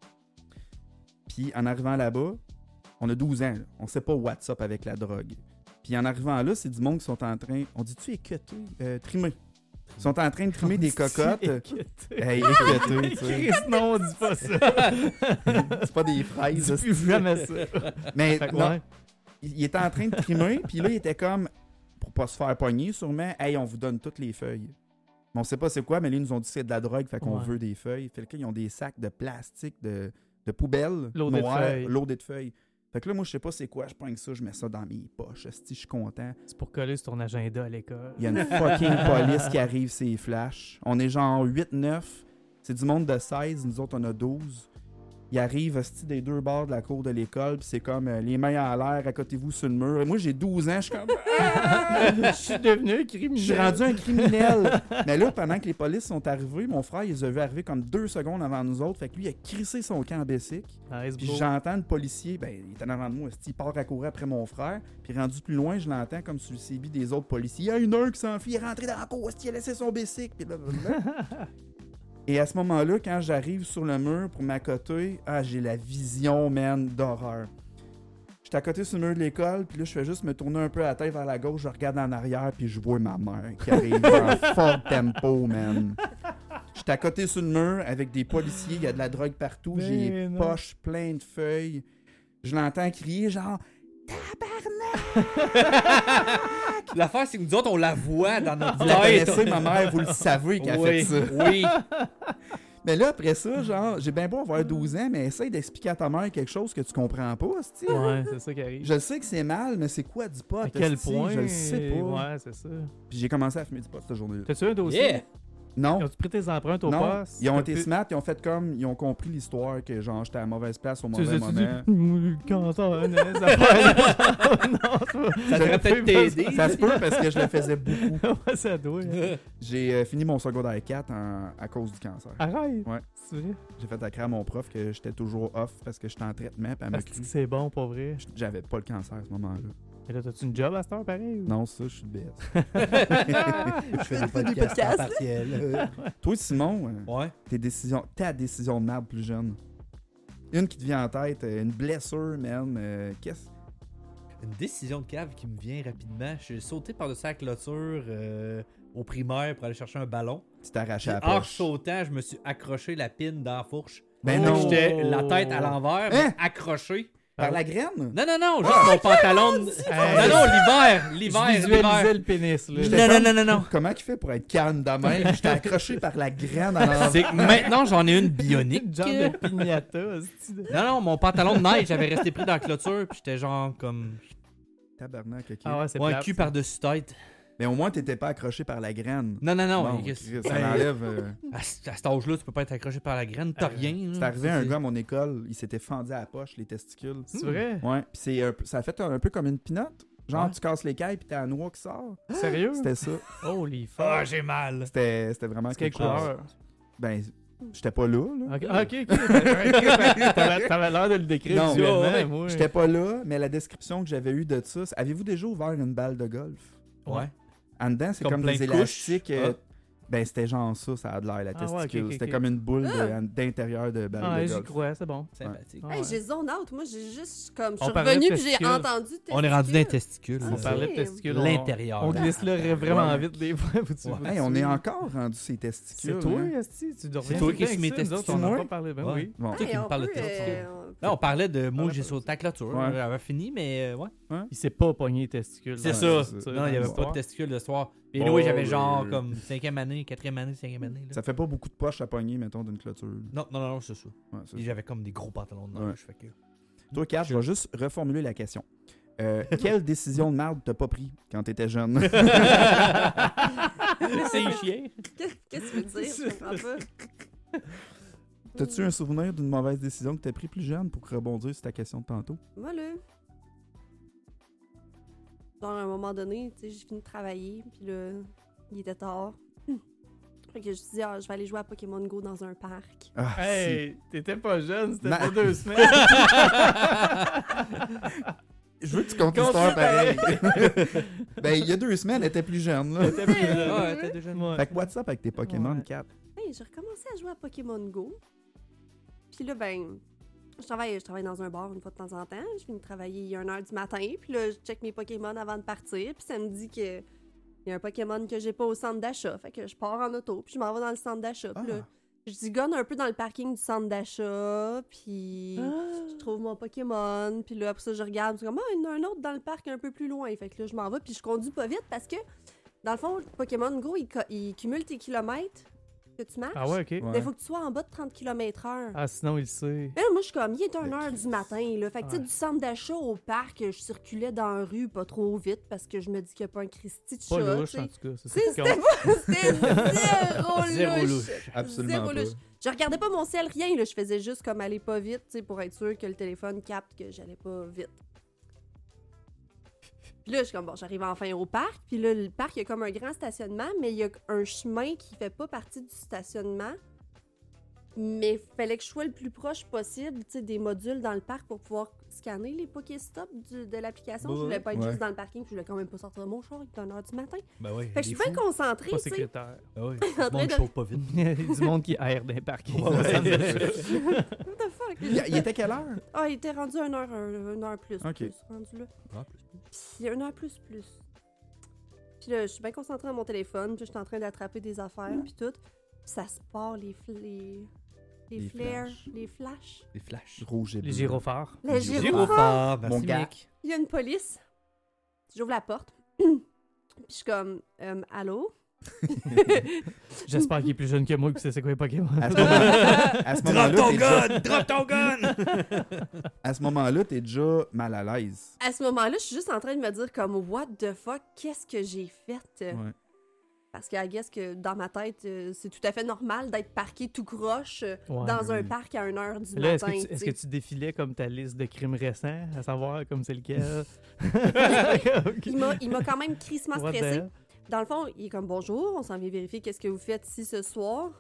Puis en arrivant là-bas, on a 12 ans, là. On sait pas what's up avec la drogue. Puis en arrivant là, c'est du monde qui sont en train, on dit-tu équeuté? Trimer. Ils sont en train de trimer des cocottes. Hey, équeuté, tu sais. Chris, non, dis pas ça. C'est pas des fraises. Dis plus jamais ça. Mais Fait que non, ouais. il était en train de trimer, puis là, il était comme, pour pas se faire pogner, sûrement, hey, on vous donne toutes les feuilles. Mais on sait pas c'est quoi, mais là, ils nous ont dit que c'est de la drogue, fait qu'on Ouais. veut des feuilles. Fait que là, ils ont des sacs de plastique, de poubelle, Loadés de noires, feuilles. loadés de feuilles. Fait que là, moi, je sais pas c'est quoi, je pogne ça, je mets ça dans mes poches. Esti, je suis content. C'est pour coller sur ton agenda à l'école. Il y a une fucking police qui arrive, c'est flash. On est genre 8-9. C'est du monde de 16, nous autres, on a 12. Il arrive, esti, des deux bords de la cour de l'école, puis c'est comme les mains en l'air, accotez-vous sur le mur. Et moi, j'ai 12 ans, je suis comme... Je suis devenu un criminel. Je suis rendu un criminel. Mais là, pendant que les polices sont arrivés, mon frère, il les a vu arriver comme 2 secondes avant nous autres. Fait que lui, il a crissé son camp en Bessic. Nice, Puis bro. j'entends le policier, ben, il était en avant de moi, il part à courir après mon frère. Puis rendu plus loin, je l'entends comme sur le CB des autres policiers. Il y a une heure qui s'enfuit, il est rentré dans la cour, il a laissé son Bessic. Puis blablabla. Et à ce moment-là, quand j'arrive sur le mur pour m'accoter, j'ai la vision, man, d'horreur. J'étais à côté sur le mur de l'école, puis là, je fais juste me tourner un peu la tête vers la gauche, je regarde en arrière, puis je vois ma mère qui arrive en fort tempo, man. J'étais à côté sur le mur avec des policiers, il y a de la drogue partout, Mais j'ai les non. poches pleines de feuilles. Je l'entends crier genre L'affaire, c'est que nous autres, on la voit dans notre Vous la tête. connaissez, ma mère, vous le savez qu'elle Oui, fait ça. oui. Mais là, après ça, genre, j'ai bien beau avoir 12 ans, mais essaye d'expliquer à ta mère quelque chose que tu comprends pas, hostie. Ouais, c'est ça qui arrive. Je le sais que c'est mal, mais c'est quoi du pot? À quel hostie? point? Je le sais pas. Ouais, c'est ça. Puis j'ai commencé à fumer du pot cette journée-là. T'as-tu un dossier? Yeah. Non, Ils ont-tu pris tes empreintes au non. poste? Ils ont T'as été pu- smart, ils ont fait comme, ils ont compris l'histoire que genre j'étais à la mauvaise place au Tu mauvais sais, moment. le cancer, hein, ça fait- Non, Ça devrait peut-être t'aider. Ça se peut parce que je le faisais beaucoup. Ouais, ça doit. hein. J'ai fini mon secondaire 4 à cause du cancer. Arrête! Ouais. C'est vrai? J'ai fait accra à mon prof que j'étais toujours off parce que j'étais en traitement, puis elle m'a Parce que cru. c'est bon, pas vrai. J'avais pas le cancer à ce moment-là. Et là, t'as-tu une job à cette heure, pareil? ou? Non, ça, je suis le BS. Je fais des podcasts podcasts. en partiel. Toi, Simon, Ouais. ta décision de merde plus jeune. Une qui te vient en tête, une blessure, man. Qu'est-ce Une décision de cave qui me vient rapidement. Je suis sauté par-dessus la clôture au primaire pour aller chercher un ballon. tu t'es arraché Puis à la en poche? sautant, je me suis accroché la pine dans la fourche. Ben Oh. non! J'étais la tête à l'envers, mais Hein? accroché. Par la graine? Non, juste mon pantalon. Non, l'hiver. Je visualisais le pénis, là. J'étais Non. Comment il fait pour être calme de même? J'étais accroché par la graine à l'envers. C'est que maintenant, j'en ai une bionique. Genre de pignata, hostie. Non, mon pantalon de neige, j'avais resté pris dans la clôture, puis j'étais genre comme. Tabarnak, ok. Ah ouais, c'est Ouais, plate, cul ça. par-dessus tête. Mais au moins, t'étais pas accroché par la graine. Non. Bon, mais Chris, ça ben, l'enlève. à cet âge-là, tu peux pas être accroché par la graine, t'as rien. là. C'est arrivé à un gars à mon école, il s'était fendu à la poche, les testicules. C'est vrai? Ouais, puis ça a fait un peu comme une pinotte. Genre, Ouais. tu casses l'écaille puis t'as la noix qui sort. Sérieux? C'était ça. Holy fuck. Ah, j'ai mal. C'était vraiment C'est quelle quelque chose. couleur? Ben, j'étais pas là. Ok, T'avais l'air de le décrire Non, visuellement, ouais. moi. J'étais pas là, mais la description que j'avais eue de ça, avez-vous déjà ouvert une balle de golf? Ouais. En dedans, c'est Comme comme plein des de couches. élastiques. Ah. Ben, c'était genre ça a de l'air, la Ah ouais, testicule. ok, ok, C'était ok. comme une boule Ah. d'intérieur de balle Ah, de j'y golf. crois, c'est bon. Sympathique. Ah Hey, ouais. j'ai zone out. Moi, j'ai juste comme. Je On suis parlait de revenue puis j'ai testicules. entendu. On est rendu dans les testicules. Ah, On là. parlait de Ok. testicules. L'intérieur. On glisse là vraiment Ouais. vite des fois. Faut-tu- Ouais. faut-tu- Hey, on est encore rendu ces testicules. C'est toi, hein? Esti? Tu dois C'est toi qui reviens suis mes avec ça, nous autres, testicules, On n'a moi? pas parlé. Ben Ouais. oui. Bon. Toi qui me parles de testicules. Là, on parlait de moi, Ouais, j'ai pas sauté à la clôture. Ouais. J'avais fini, mais ouais. Il s'est pas pogné les testicules. C'est Ouais, ça. c'est ça. Non, il n'y avait Bon. pas de testicules le soir. Et Oh, oui, j'avais genre ouais. comme 5e année, 4e année, 5e année. là. Ça fait pas beaucoup de poches à pogner, mettons, d'une clôture. Non, c'est ça. Ouais, c'est Et j'avais comme des gros pantalons de Ouais. neige. Fait que... Toi, Kat, je vais juste reformuler la question. Quelle décision de merde t'as pas pris quand t'étais jeune? C'est chien. Qu'est-ce que tu veux dire? Je comprends pas. T'as-tu un souvenir d'une mauvaise décision que t'as pris plus jeune pour rebondir sur ta question de tantôt? Moi, là... Genre, à un moment donné, tu sais, j'ai fini de travailler, puis là, il était tard. Fait que je me suis dit, je vais aller jouer à Pokémon Go dans un parc. Ah, Hey, t'étais pas jeune, c'était Ma- pas 2 semaines. Je veux que tu comptes l'histoire pareil. Ben, il y a 2 semaines, elle était plus jeune, là. T'étais plus jeune. Ouais, t'es déjà... Ouais. Fait que what's up avec tes Pokémon, Ouais. Kat? Hey, j'ai recommencé à jouer à Pokémon Go. Puis là, ben, je travaille dans un bar une fois de temps en temps. Je finis de travailler à 1h du matin. Puis là, je check mes Pokémon avant de partir. Puis ça me dit que il y a un Pokémon que j'ai pas au centre d'achat. Fait que je pars en auto. Puis je m'en vais dans le centre d'achat. Puis là, je zigonne un peu dans le parking du centre d'achat. Puis je trouve mon Pokémon. Puis là, après ça, je regarde. C'est comme, il y en a un autre dans le parc un peu plus loin. Fait que là, je m'en vais. Puis je conduis pas vite parce que, dans le fond, Pokémon Go, il cumule tes kilomètres que tu marches. Ah ouais, ok. Ouais. Mais il faut que tu sois en bas de 30 km/h. Ah, sinon, il sait. Là, moi, je suis comme, il est 1h du matin, là. Fait que, tu sais, Ouais. du centre d'achat au parc, je circulais dans la rue pas trop vite parce que je me dis qu'il n'y a pas un Christy de Pas chat, louche, tu sais. en tout cas. C'est ça Tu sais, qui compte. C'était zéro Zéro louche. louche. Absolument Zéro pas. louche. Je regardais pas mon ciel, rien, là. Je faisais juste comme aller pas vite, tu sais, pour être sûr que le téléphone capte que j'allais pas vite. Puis là, je suis comme, bon, j'arrive enfin au parc. Puis là, le parc, il y a comme un grand stationnement, mais il y a un chemin qui fait pas partie du stationnement. Mais fallait que je sois le plus proche possible, tu sais, des modules dans le parc pour pouvoir scanner les Pokéstop de l'application. Je voulais pas être Ouais. juste dans le parking, puis je voulais quand même pas sortir de mon char, il est 1h du matin. Ben oui. Fait que je suis bien concentrée, Pas tu sais. sécuritaire. Ah oui. En Le train monde de- chauffe pas vite. Il y a du monde qui erre dans les parkings. What the fuck? Il était quelle heure? Ah, il était rendu 1 heure plus, Ok. plus, rendu là. Ah, Puis 1 heure plus. Puis là, je suis bien concentrée à mon téléphone, puis je suis en train d'attraper des affaires, puis tout. Puis ça se part, les flares, flashs. les flashs. Les flashs. Rouge et bleu. Les gyrophares. Les gyrophares. Gyrophare, merci Mon gars. Mick. Il y a une police. J'ouvre la porte. Puis je suis comme, allô? J'espère qu'il est plus jeune que moi et que c'est quoi les Pokémon. À ce moment-là, Drop ton gun! à ce moment-là, t'es déjà mal à l'aise. À ce moment-là, je suis juste en train de me dire comme, what the fuck, qu'est-ce que j'ai fait? Ouais. Parce que, I guess que dans ma tête, c'est tout à fait normal d'être parqué tout croche Ouais. dans un parc à 1h du Là, est-ce matin. que, est-ce que tu défilais comme ta liste de crimes récents, à savoir comme c'est lequel? Il m'a quand même crissement What the stressé. hell? Dans le fond, il est comme, bonjour, on s'en vient vérifier qu'est-ce que vous faites ici ce soir.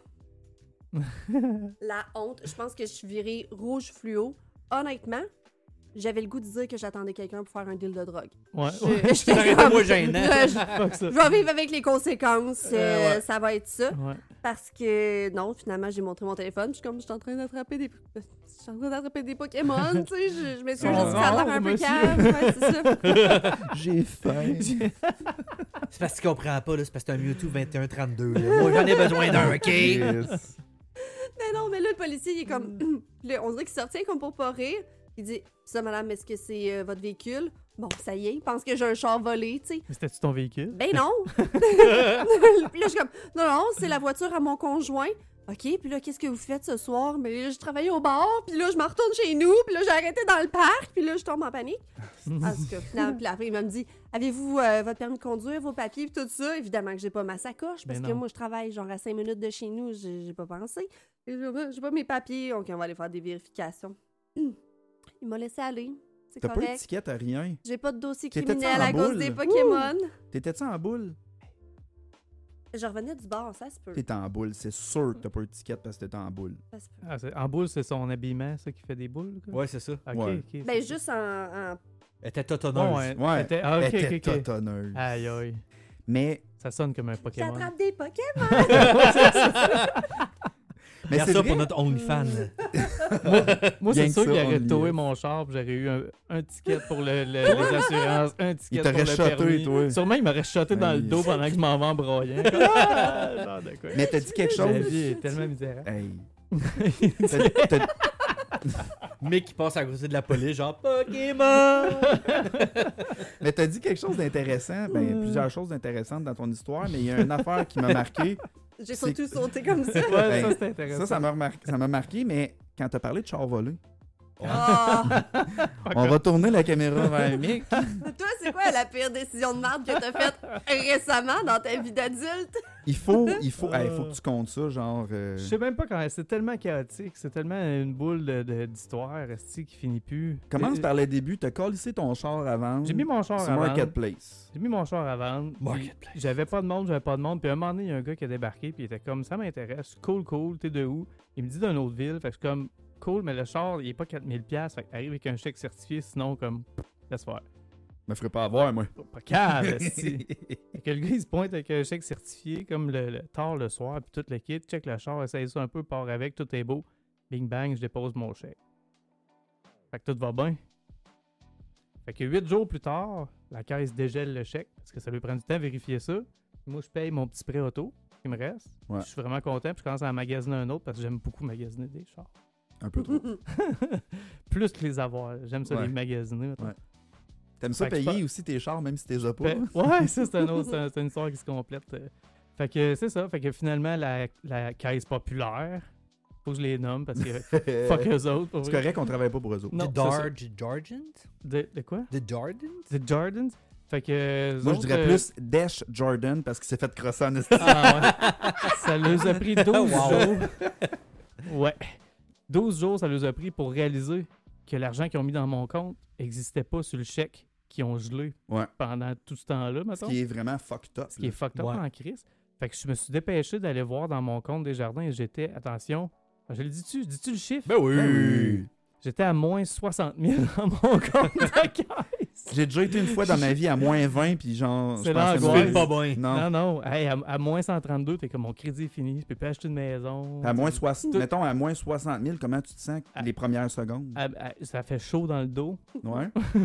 La honte. Je pense que je suis virée rouge fluo. Honnêtement, j'avais le goût de dire que j'attendais quelqu'un pour faire un deal de drogue. Ouais. J'étais Arrêtez-moi comme, gênant. Fuck ça. je vais vivre avec les conséquences. Ouais. Ça va être ça. Ouais. Parce que, non, finalement, j'ai montré mon téléphone. Puis je suis en train d'attraper des... Je suis en train d'attraper des Pokémon, tu sais. Je m'excuse Oh, juste, ça a l'air non, un peu monsieur. calme. Ouais, c'est ça. J'ai faim. C'est parce qu'il comprend pas, là. C'est parce que c'est un Mewtwo 2132. Là. Moi, j'en ai besoin d'un, OK? Yes. Mais non, mais là, le policier, il est comme... Puis là, on dirait qu'il sortait comme pour pas rire. Il dit, ça, madame, est-ce que c'est votre véhicule? Bon, ça y est, il pense que j'ai un char volé, tu sais. Mais c'était-tu ton véhicule? Ben non! Puis là, je suis comme, non, c'est la voiture à mon conjoint. OK, puis là, qu'est-ce que vous faites ce soir? Mais là, je travaille au bar, puis là, je me retourne chez nous, puis là, j'ai arrêté dans le parc, puis là, je tombe en panique. Parce que finalement, puis après, il me dit, avez-vous votre permis de conduire, vos papiers, puis tout ça? Évidemment que j'ai pas ma sacoche, parce Ben que non. moi, je travaille genre à 5 minutes de chez nous, j'ai pas pensé. Et j'ai pas mes papiers, OK, on va aller faire des vérifications. Il m'a laissé aller, c'est T'as pas correct. d'étiquette à rien. J'ai pas de dossier T'étais-tu criminel en à cause boule? des Pokémon. T'étais-tu en boule? Je revenais du bar, ça se peut. T'étais en boule. C'est sûr que t'as pas d'étiquette parce que t'étais en boule. Ça se peut. Ah, en boule, c'est son habillement, ça, qui fait des boules? Quoi? Ouais, c'est ça. Ok, Ouais. ok. Ben, juste en Elle était totonneuse. Ouais, Ouais. Était... Ah, ok, Elle était ok, ok. totonneuse. Aïe, aïe. Mais, Ça sonne comme un Pokémon. J'attrape des Pokémon! mais Regarde c'est ça vrai. pour notre OnlyFans. Moi, Rien c'est que sûr ça, qu'il aurait on towé y est. mon char, puis j'aurais eu un ticket pour les assurances, un ticket Il pour t'aurait le shoté, permis. toi. Sûrement, il m'aurait shoté dans le Oui. dos pendant que je m'en vais en broyant. Ah, genre de quoi. Mais t'as dit quelque La chose. vie est tellement misérable. Hey. T'as- Mick qui passe à côté de la police, genre Pokémon! Mais t'as dit quelque chose d'intéressant. Ben, plusieurs choses intéressantes dans ton histoire, mais il y a une affaire qui m'a marqué. J'ai C'est- surtout sauté comme ça. Ouais, Ben, ça, c'est intéressant. Ça m'a marqué, mais quand t'as parlé de char volé, Ah. on va tourner la caméra vers Mick. Toi, c'est C'est quoi la pire décision de merde que t'as faite récemment dans ta vie d'adulte? Il faut que tu comptes ça, genre... Je sais même pas quand c'est tellement chaotique, c'est tellement une boule d'histoire esti, qui finit plus. Commence par le début, t'as collissé ton char à vendre. J'ai mis mon char sur à vendre. Marketplace. J'ai mis mon char à vendre. Marketplace. J'avais pas de monde. Puis à un moment donné, il y a un gars qui a débarqué, puis il était comme, ça m'intéresse, cool, t'es de où? Il me dit d'une autre ville, fait que je suis comme, cool, mais le char, il est pas 4000$, fait qu'il arrive avec un chèque certifié, sinon, comme, laisse faire. Me ferais pas avoir, moi. Pas calme, esti. Fait que le gars, il se pointe avec un chèque certifié, comme tard le soir, puis tout le kit, check le char, essaye ça un peu, part avec, tout est beau. Bing bang, je dépose mon chèque. Fait que tout va bien. Fait que 8 jours plus tard, la caisse dégèle le chèque, parce que ça lui prend du temps à vérifier ça. Moi, je paye mon petit prêt auto qui me reste. Ouais. Je suis vraiment content, puis je commence à magasiner un autre, parce que j'aime beaucoup magasiner des chars. Un peu trop. Plus que les avoir. J'aime ça Ouais. les magasiner. mettons. Ouais. T'aimes ça Fait que je payer pense- aussi tes chars, même si t'es as pas? Ouais, ça, c'est une histoire qui se complète. Fait que c'est ça. Fait que finalement, la caisse populaire, faut que je les nomme parce que fuck eux autres. pour C'est vrai. correct qu'on travaille pas pour eux autres. Non, The c'est ça. Dargent? De quoi? The Dardens? The Jordans? Fait que. eux Moi, je autres, dirais plus Dash Jordan parce qu'il s'est fait crosser en esti. Ah ouais. Ça leur a pris 12 Wow. jours. Ouais. 12 jours, ça leur a pris pour réaliser que l'argent qu'ils ont mis dans mon compte n'existait pas sur le chèque qu'ils ont gelé Ouais. pendant tout ce temps-là, Ce mettons. qui est vraiment fucked up. Ce qui est fucked up Ouais. en crise. Fait que je me suis dépêché d'aller voir dans mon compte des jardins et j'étais, attention, je le dis-tu le chiffre? Ben oui! Ben oui. J'étais à moins 60 000 dans mon compte de caisse. J'ai déjà été une fois dans ma vie à moins 20, puis genre... C'est je pensais l'angoisse. me File pas bien. Non. Non, non. Hey, à moins 132, t'es comme mon crédit est fini, je peux plus acheter de maison. À moins 60... Tout- Mettons, à moins 60 000, comment tu te sens Ah. les premières secondes? Ça fait chaud dans le dos. Ouais.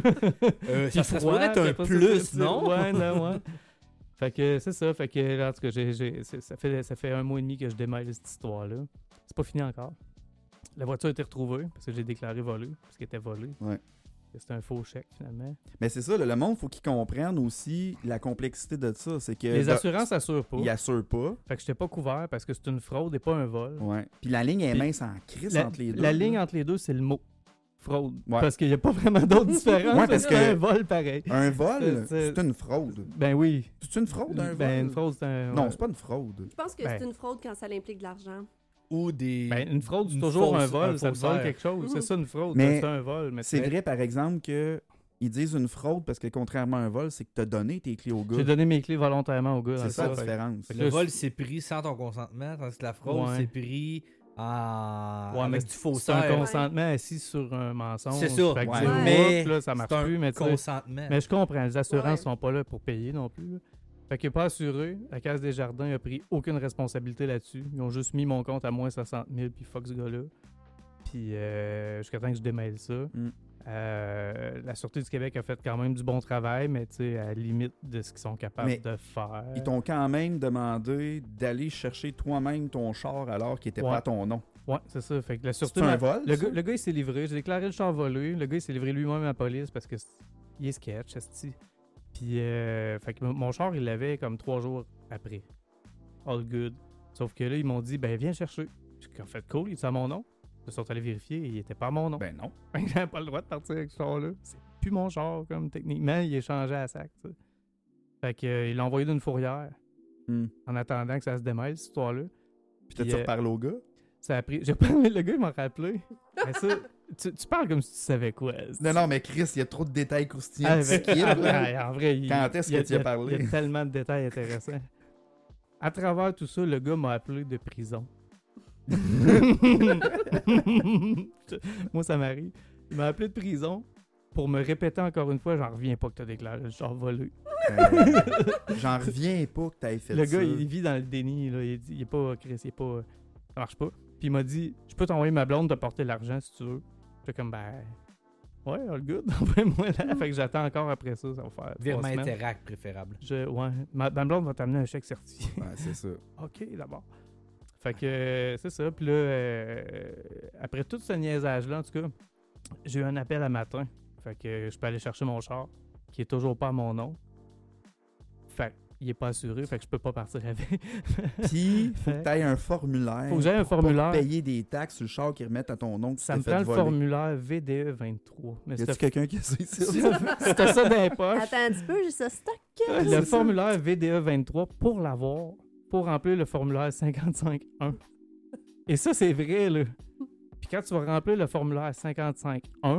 Ça serait froid, supposé être t'as un pas plus, ça, non? Ouais, non, ouais. Fait que c'est ça. Fait que là, en tout cas, ça fait 1 mois et demi que je démêle cette histoire-là. C'est pas fini encore. La voiture a été retrouvée parce que j'ai déclaré volée, parce qu'elle était volée. Ouais. C'était un faux chèque, finalement. Mais c'est ça, le monde, faut qu'il comprenne aussi la complexité de ça. C'est que... Les assurances assurent pas. Ils assurent pas. Fait que j'étais pas couvert parce que c'est une fraude et pas un vol. Ouais. Puis la ligne est Puis mince en crise La, entre les deux. la là. ligne entre les deux, c'est le mot. Fraude. Ouais. Parce qu'il n'y a pas vraiment d'autre différence. Ouais, parce c'est que- un vol pareil. Un vol, C'est- c'est une fraude. Ben oui. C'est une fraude, un Ben, vol? une fraude, c'est un. Non, ouais. c'est pas une fraude. Je pense que Ben. c'est une fraude quand ça implique de l'argent. Ou des... Ben, une fraude, c'est Une toujours un fausse- vol. un Ça te vole faussaire. quelque chose. C'est Mhm. ça, une fraude. Mais C'est un vol. Mais C'est vrai, par exemple, que ils disent une fraude parce que contrairement à un vol, c'est que tu as donné tes clés au gars. J'ai donné mes clés volontairement au gars. dans C'est le ça la cas, fait- différence. fait que Le là, vol, c'est pris sans ton consentement, tandis que la fraude, Ouais. c'est pris en... Ouais, mais avec du c'est faussaire. un consentement assis sur un mensonge. C'est ça. Fait que Ouais. dire, Mais oups, là, ça marche C'est un plus. Mais, tu sais, consentement. mais je comprends. Les assurances Ouais. sont pas là pour payer non plus. Là. Fait qu'il n'est pas assuré. La Caisse des Jardins a pris aucune responsabilité là-dessus. Ils ont juste mis mon compte à moins 60 000 puis fuck ce gars-là. Puis jusqu'à temps que je démêle ça. Mm. La Sûreté du Québec a fait quand même du bon travail, mais tu sais, à la limite de ce qu'ils sont capables Mais de faire. Ils t'ont quand même demandé d'aller chercher toi-même ton char alors qu'il n'était Ouais. pas à ton nom. Ouais, c'est ça. Fait que la C'est Sûreté... un m'a- vol? Le ça? gars, le gars, il s'est livré. J'ai déclaré le char volé. Le gars, il s'est livré lui-même à la police parce que il est sketch, esti. Puis, fait que mon char, il l'avait comme 3 jours après. All good. Sauf que là, ils m'ont dit, ben, viens le chercher. J'ai fait cool, il est à mon nom. Ils sont allés vérifier et il était pas à mon nom. Ben non. J'avais pas le droit de partir avec ce char-là. C'est plus mon char, comme techniquement, il est changé à sac, tu sais. Fait que, il l'a envoyé d'une fourrière Hmm. en attendant que ça se démêle, cette histoire-là. Puis t'as-tu Puis, reparlé au gars? Ça a pris. J'ai parlé, le gars, il m'a rappelé. Mais ça, tu parles comme si tu savais quoi. Non, non, mais Chris, il y a trop de détails croustillants. Ah, qui ben, quittent, là. en vrai, Quand est-ce que tu y as parlé? Il y a tellement de détails intéressants. À travers tout ça, le gars m'a appelé de prison. Moi, ça m'arrive. Il m'a appelé de prison pour me répéter encore une fois, j'en reviens pas que t'as déclaré le char volé. J'en reviens pas que t'aies fait Le ça. gars, il vit dans le déni. Là. Il est pas... Chris, il est pas... Ça marche pas. Puis il m'a dit, je peux t'envoyer ma blonde te porter l'argent si tu veux. J'étais comme, ben... Ouais, all good, envoie-moi là. Fait que j'attends encore après ça, ça va faire 3 Virement semaines. Interact, préférable. Ouais, ma blonde va t'amener un chèque certifié. Ouais, c'est ça. OK, d'abord. Fait que c'est ça. Puis là, après tout ce niaisage-là, en tout cas, j'ai eu un appel à matin. Fait que je peux aller chercher mon char, qui est toujours pas à mon nom. Fait que il est pas assuré, fait que je peux pas partir avec. Puis, faut que tu aies un formulaire. Faut que j'aie un pour formulaire. pas payer des taxes sur le char qu'ils remettent à ton oncle. Ça me prend le formulaire VDE 23. Mais Y a-tu quelqu'un qui a ça ici? c'était ça dans les poches. Attends un petit peu, j'ai ça stock. Le formulaire VDE 23, pour l'avoir, pour remplir le formulaire 55.1. Et ça, c'est vrai, là. Puis quand tu vas remplir le formulaire 55.1,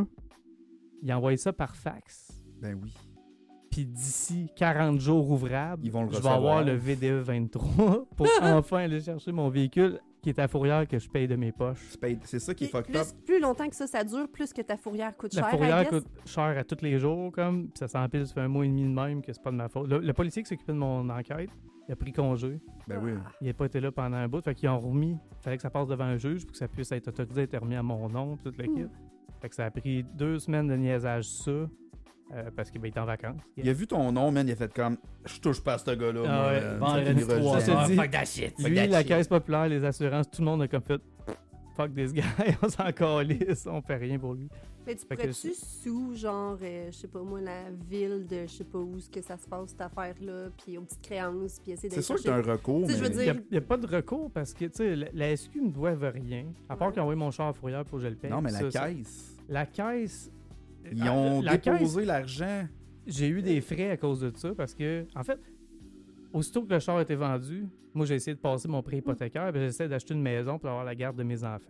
il envoie ça par fax. Ben oui. Puis d'ici 40 jours ouvrables, Ils vont le je vais recevoir. avoir le VDE 23 pour enfin aller chercher mon véhicule qui est à Fourrière que je paye de mes poches. C'est ça qui est fucked up. Plus longtemps que ça dure, plus que ta fourrière coûte La cher. fourrière I guess. coûte cher à tous les jours, comme, puis ça s'empile, ça fait un mois et demi de même que c'est pas de ma faute. Le policier qui s'occupait de mon enquête, il a pris congé. Ben oui. Il n'a pas été là pendant un bout, fait qu'ils ont remis. Il fallait que ça passe devant un juge pour que ça puisse être autorisé, être remis à mon nom, puis tout le kit. Fait que ça a pris 2 semaines de niaisage ça, parce qu'il était en vacances. Il a vu ton nom, man, il a fait comme je touche pas à ce gars-là. Ah moi, ouais, vendredi ça, 3 je te heures, dis, fuck that shit. Lui, la caisse populaire, les assurances, tout le monde a comme fait fuck this guy, on s'en calisse, on fait rien pour lui. Mais tu Fait que pourrais-tu sous, genre, je sais pas moi, la ville de je sais pas où ce que ça se passe, cette affaire-là, puis aux petites créances, puis essayer C'est d'aller sûr que chercher... t'as un recours, Tu sais, je veux mais dire- Il n'y a pas de recours parce que, tu sais, la SQ me doivent rien, à part Ouais. qu'ils ont envoyé mon char à Fourrière pour que je le paye. non, mais la Ça, caisse, La caisse... ils ont la déposé caisse, l'argent. j'ai eu des frais à cause de ça parce que, en fait, aussitôt que le char a été vendu, moi, j'ai essayé de passer mon prêt hypothécaire, puis j'essaie d'acheter une maison pour avoir la garde de mes enfants.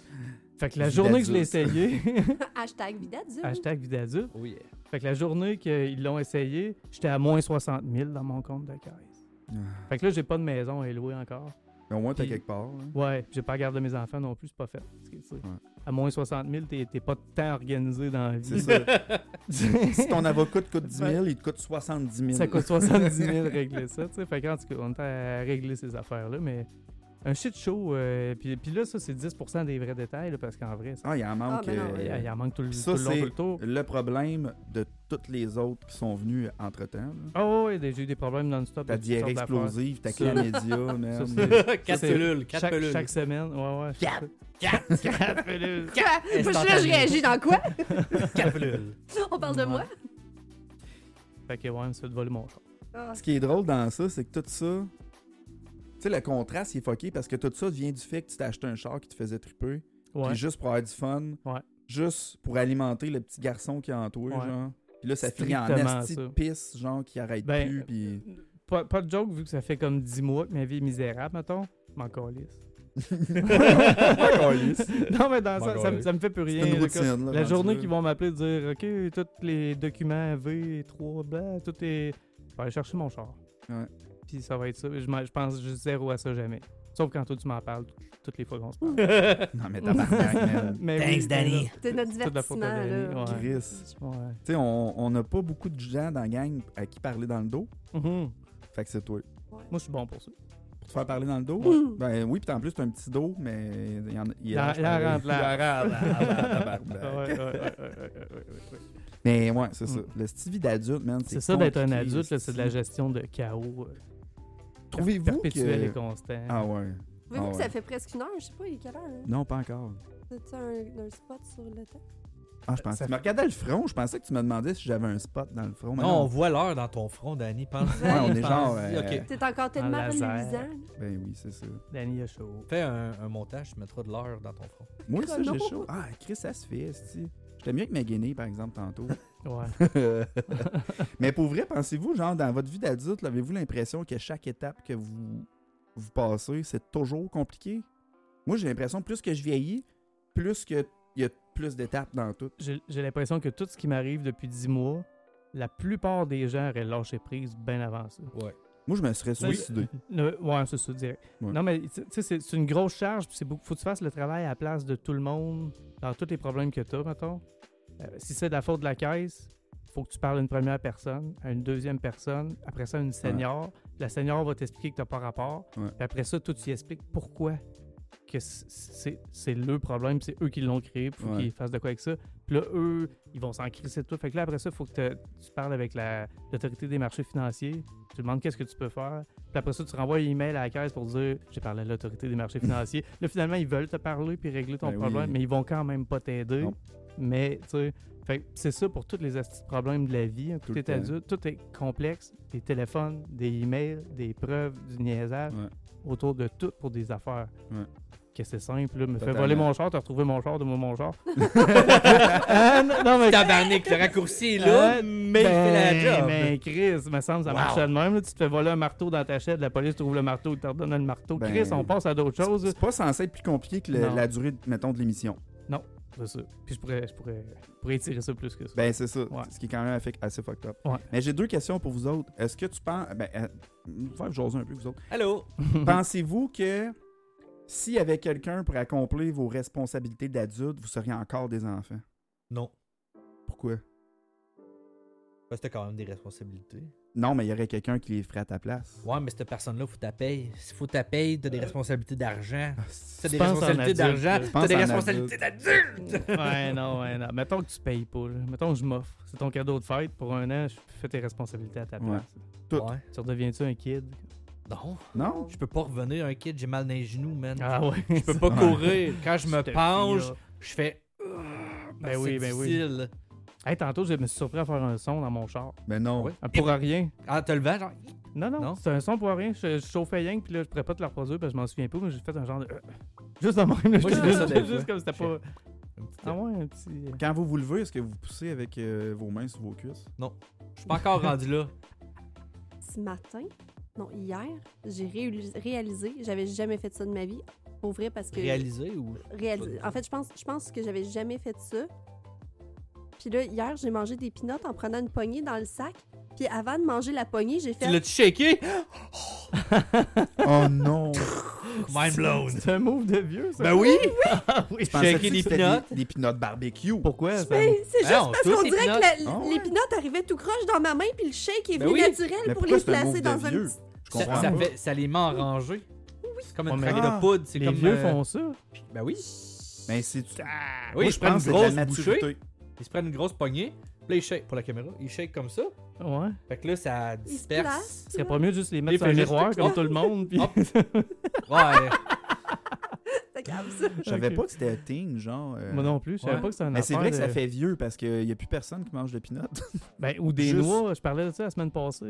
Fait que la Vie journée que je l'ai d'adulte. essayé, Hashtag vie d'adulte. hashtag vie d'adulte, Oh yeah. fait que la journée qu'ils l'ont essayé, j'étais à moins 60 000 dans mon compte de caisse. Fait que là, j'ai pas de maison à louer encore. Mais au moins, t'as Puis- quelque part. hein. Ouais, puis j'ai pas gardé mes enfants non plus, c'est pas fait. Parce que, tu sais, Ouais. À moins 60 000, t'es pas tant organisé dans la C'est vie. ça. Si ton avocat te coûte 10 000, il te coûte 70 000. Ça coûte 70 000 régler ça, tu sais. Fait qu'en tout cas, on est à régler ces affaires-là, mais un shit show. Puis là, ça, c'est 10% des vrais détails, là, parce qu'en vrai, ça, Ah, il en manque. ben non, il en manque tout le, ça, tout le long, c'est tout le tour. le problème de toutes les autres qui sont venus entre-temps. là. Ah ouais, j'ai eu des problèmes non-stop. Ta de toutes diarrhée sortes d'affaires. explosive, ta Ça. chlamydia, man. Ça, c'est- 4 c'est- pilules, 4 chaque, pilules. chaque semaine, ouais. 4 pilules. Quoi? Moi, je suis là, je réagis dans quoi? 4 pilules. On parle de moi? Fait que ouais, il me se fait voler mon char. Ah, Ce qui est drôle dans ça, c'est que tout ça. Tu sais, le contraste, il est fucké parce que tout ça vient du fait que tu t'as acheté un char qui te faisait triper. Ouais. Puis juste pour avoir du fun. Ouais. Juste pour alimenter le petit garçon qui est en toi, Ouais. genre. Puis là, ça finit en Strictement esti de ça. pisse, genre, qui arrête Ben, plus. Puis. Pas de joke, vu que ça fait comme 10 mois que ma vie est misérable, mettons. Je m'en calisse. Non, mais dans ça me fait plus rien. C'est une là, routine, comme là, la rendu journée là. qu'ils vont m'appeler dire OK, tous les documents V3, bla, tout est. Je vais aller chercher mon char. Ouais. Puis ça va être ça. Je pense juste zéro à ça jamais. Sauf quand toi tu m'en parles toutes les fois qu'on se parle. Non, mais tabarnak, man. Mais Thanks, oui, Danny. c'est notre Toute la faute à divertissement, Danny, là. ouais. Chris. Ouais. Tu sais, on n'a pas beaucoup de gens dans la gang à qui parler dans le dos. Mhm. Fait que c'est toi. Moi, je suis bon pour ça. Pour te faire parler dans le dos? Ouais. Ben oui, puis en plus, t'as un petit dos, mais il y en a. Il en rentre là. là. Mais ouais, c'est ça. Le style d'adulte, man, C'est ça d'être un compliqué, adulte, là, c'est de la esti. gestion de chaos Trouvez-vous perpétuel et que... constant. Ah ouais. Trouvez-vous Ah que ouais. ça fait presque une heure? Je sais pas, il est quelle heure? Hein? Non, pas encore. As-tu un spot sur le temps? Ah, je pensais. Ça Tu me regardais le front, je pensais que tu me demandais si j'avais un spot dans le front. mais Non, on voit l'heure dans ton front, Danny. Pense. Ouais, on est Pense- genre. Ok. T'es encore tellement laser. reluisant. Ben oui, c'est ça. Danny a chaud. Fais un montage, tu mettras de l'heure dans ton front. Moi aussi, Chrono. j'ai chaud. Ah, Chris, ça se fait, esti. J'étais mieux que ma guinée, par exemple, tantôt. Ouais. Mais pour vrai, pensez-vous, genre, dans votre vie d'adulte, là, avez-vous l'impression que chaque étape que vous passez, c'est toujours compliqué? Moi, j'ai l'impression, plus que je vieillis, plus qu'il y a plus d'étapes dans tout. J'ai l'impression que tout ce qui m'arrive depuis 10 mois, la plupart des gens auraient lâché prise bien avant ça. Ouais. Moi, je me serais Oui. suicidé. Ouais, c'est ça, direct. Ouais. Non, mais tu sais, c'est une grosse charge, puis faut que tu fasses le travail à la place de tout le monde, dans tous les problèmes que tu as, mettons. Si c'est de la faute de la caisse, faut que tu parles à une première personne, à une deuxième personne, après ça, à une senior. La senior va t'expliquer que tu n'as pas rapport. Ouais. Puis après ça, toi, tu y expliques pourquoi que c'est le problème, c'est eux qui l'ont créé, puis il faut Ouais. qu'ils fassent de quoi avec ça. Puis là, eux, ils vont s'en crisser de toi. Fait que là, après ça, il faut que tu parles avec l'autorité des marchés financiers. Tu demandes qu'est-ce que tu peux faire. Puis après ça, tu renvoies un email à la caisse pour dire j'ai parlé à l'autorité des marchés financiers. Là, finalement, ils veulent te parler puis régler ton Ben oui. problème, mais ils vont quand même pas t'aider. Non. Mais, tu sais, fait que c'est ça pour tous les problèmes de la vie. Hein, Tout quand le t'es temps. adulte, tout est complexe. Des téléphones, des emails, des preuves, du niaisage Ouais. autour de tout pour des affaires. Ouais. Que c'est simple, là, me fait Totalement. voler mon char, t'as retrouvé mon char, donne-moi mon char. Non, mais Tabarnak, le raccourci est là, mais il fait la job. Mais Chris, me semble, ça Wow. marchait de même. Là. Tu te fais voler un marteau dans ta chaise, la police trouve le marteau, il te redonne le marteau. Ben, Chris, on passe à d'autres choses. C'est pas censé être plus compliqué que Non. la durée, mettons, de l'émission. C'est ça. Puis je pourrais étirer ça plus que ça. Ben, c'est ça. Ouais. Ce qui est quand même assez fucked up. Ouais. Mais j'ai 2 questions pour vous autres. Est-ce que tu penses. Ben, faire jaser un peu, vous autres. Allô? Pensez-vous que s'il y avait quelqu'un pour accomplir vos responsabilités d'adulte, vous seriez encore des enfants? Non. Pourquoi? Parce que t'as quand même des responsabilités. Non, mais il y aurait quelqu'un qui les ferait à ta place. Ouais, mais cette personne-là, faut ta paye. S'il faut ta paye, t'as des responsabilités d'argent. T'as des penses en responsabilités adulte, d'argent. je pense T'as des en responsabilités d'adulte. ouais, non. Mettons que tu payes pas. Là. Mettons que je m'offre. C'est ton cadeau de fête. Pour un an, je fais tes responsabilités à ta Ouais. place. Tout. Ouais. Tu redeviens-tu un kid? Non. Non? Je peux pas revenir un kid, j'ai mal dans les genoux, man. Ah ouais. Je peux pas Ouais. courir. Quand je me te penche, file. je fais. Ben c'est oui, ben oui. difficile. Hey, tantôt, je me suis surpris à faire un son dans mon char. Ben non. Ouais. Pour rien. Ah, t'as le vent, genre. Non, Non? c'est un son pour rien. Je chauffais rien, puis là, je pourrais pas te le reproduire parce que je m'en souviens pas, mais j'ai fait un genre de. Juste de même. Là, Moi, je fais ça des fois. juste comme c'était pas. Un petit Ah ouais, un petit. Quand vous vous levez, est-ce que vous poussez avec vos mains sur vos cuisses? Je suis pas encore rendu là. Ce matin, non, hier, j'ai réalisé, j'avais jamais fait ça de ma vie. Pour vrai, parce que. Réalisé ou. En fait, je pense que j'avais jamais fait ça. Puis là, hier, j'ai mangé des peanuts en prenant une poignée dans le sac. Puis avant de manger la poignée, j'ai Tu fait. l'as-tu shaké? Oh non! Mind blown. C'est un move de vieux, ça. Ben oui! Ah oui. Je pensais Shaker que des c'était peanuts. des peanuts barbecue. Pourquoi ça? Mais c'est juste Non, parce toi, qu'on c'est dirait peanuts. que Ah ouais? les peanuts arrivaient tout croche dans ma main, puis le shake est Ben venu oui. naturel Mais pour pourquoi les c'est un placer move dans de un vieux? petit. Je comprends pas. Ça les met en rangée. C'est comme une Ouais, mais- traque de poudre. C'est Les comme. vieux font ça. Ben oui. Mais c'est... Oui, Moi, je prends une pense que c'est de la grosse bouchée. maturité. Ils se prennent une grosse poignée. Puis là, ils shake pour la caméra. Ils shake comme ça. Ouais. Fait que là, ça Ils se disperse. placent. Ce serait pas mieux de juste les Il mettre sur un fait juste- miroir comme Oh. tout le monde. Puis... Hop. Ouais. C'est comme ça. Je savais Ok. pas que c'était un thing, genre... Moi non plus, je savais Ouais. pas que c'était un Mais c'est affaire vrai que ça de- fait vieux parce qu'il n'y a plus personne qui mange de peanuts. Ben, ou des Juste- noix, je parlais de ça la semaine passée.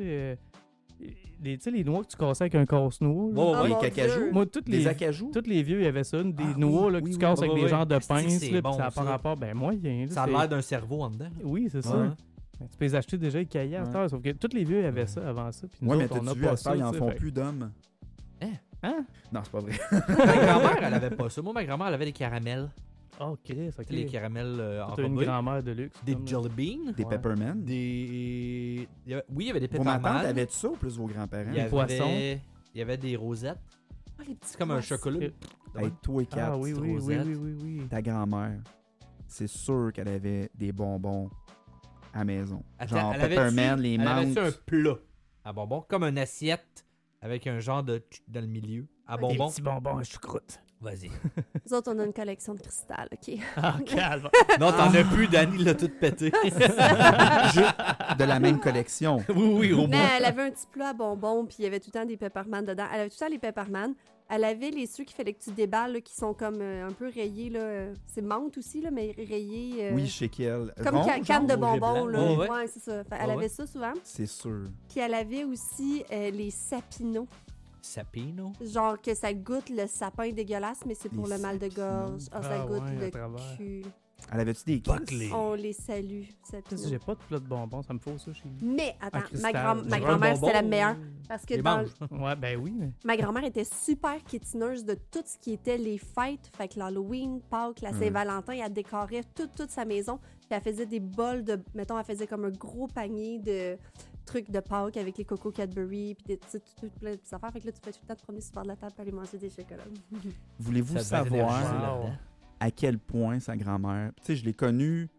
Tu sais, les noix que tu cassais avec un casse-noix. là. Ouais, Oh les mon cacajous. Dieu. Moi, toutes Des les, acajou. tous les vieux, il y avait ça, des Ah noix oui, là, que oui, tu oui. casses Ouais, avec des ouais. genres de Asti que pinces. c'est Là, bon, puis ça n'a pas ça. rapport. Ben, moyen. là, Ça a c'est- l'air d'un cerveau en dedans. Oui, c'est ça. Ouais. Ben, tu peux les acheter déjà écaillés à cette heure, sauf que tous les vieux avaient ça avant ça. Puis nous Ouais, mais autres, on n'a t'as-tu vu, pas à ce temps, ça. ils en tu sais, font fait- plus d'hommes. Hein? Non, c'est pas vrai. Ma grand-mère, elle avait pas ça. Moi, ma grand-mère, elle avait des caramels. Oh, Chris, ok. Tu sais, les caramels T'as une enrobés. grand-mère de luxe. Des comme, là. jelly beans. Des Ouais. peppermint. Des. Oui, il y avait des Pour ma peppermint. tante, avait-tu ça ou plus vos grands-parents? Il y avait... poissons. Il y avait des rosettes. Oh, les petits C'est comme un poissons. chocolat. Hey, toi, Kat, Ah oui, petite oui, oui, rosette. oui. ta grand-mère, c'est sûr qu'elle avait des bonbons à la maison. Attends, Genre elle avait-tu- peppermint, les Elle avait-tu un menthes. plat à bonbons, comme une assiette avec un genre de dans le milieu à Des bonbons. petits bonbons à choucroute. Vas-y. Nous autres, on a une collection de cristal, OK? Ah, calme. Non, t'en as plus, Danny l'a tout pété. De la même collection. oui, au Mais moins. elle avait un petit plat à bonbons, puis il y avait tout le temps des peppermint dedans. Elle avait tout le temps les peppermint. Elle avait ceux qu'il fallait que tu déballes, là, qui sont comme un peu rayés. Là. C'est menthe aussi, là, mais rayés. Oui, chez quelle? Comme Rond, canne de rouge et bonbons. blanc. Là. Ouais, ouais. Ouais, c'est ça. Fait, elle Ouais, avait ouais. ça souvent. C'est sûr. Puis elle avait aussi les sapinaux. Sapino. Genre que ça goûte le sapin dégueulasse, mais c'est pour Les le mal de gorge. Ah, ça Ah goûte ouais, à le travers. cul. Elle avait-tu des Buckley. kisses? On les salue, Ça, sapinaux. si j'ai pas de plat de bonbons, ça me faut ça chez nous. Mais attends, cristal. ma Je veux grand-mère, un c'était la bonbon. meilleure. Parce que Les dans, mange. Ouais, ben oui, mais. ma grand-mère était super quétineuse de tout ce qui était les fêtes. Fait que l'Halloween, Pâques, la Saint-Valentin, elle décorait toute sa maison. Puis elle faisait des bols de... Mettons, elle faisait comme un gros panier de trucs de Pâques avec les Coco Cadbury, puis des tout plein de petites affaires. Fait que là, tu peux tout le temps te promener sur le bord de la table pour aller manger des chocolats. Voulez-vous Ça devait savoir énergiser Wow. là-dedans. à quel point sa grand-mère... Tu sais, je l'ai connue...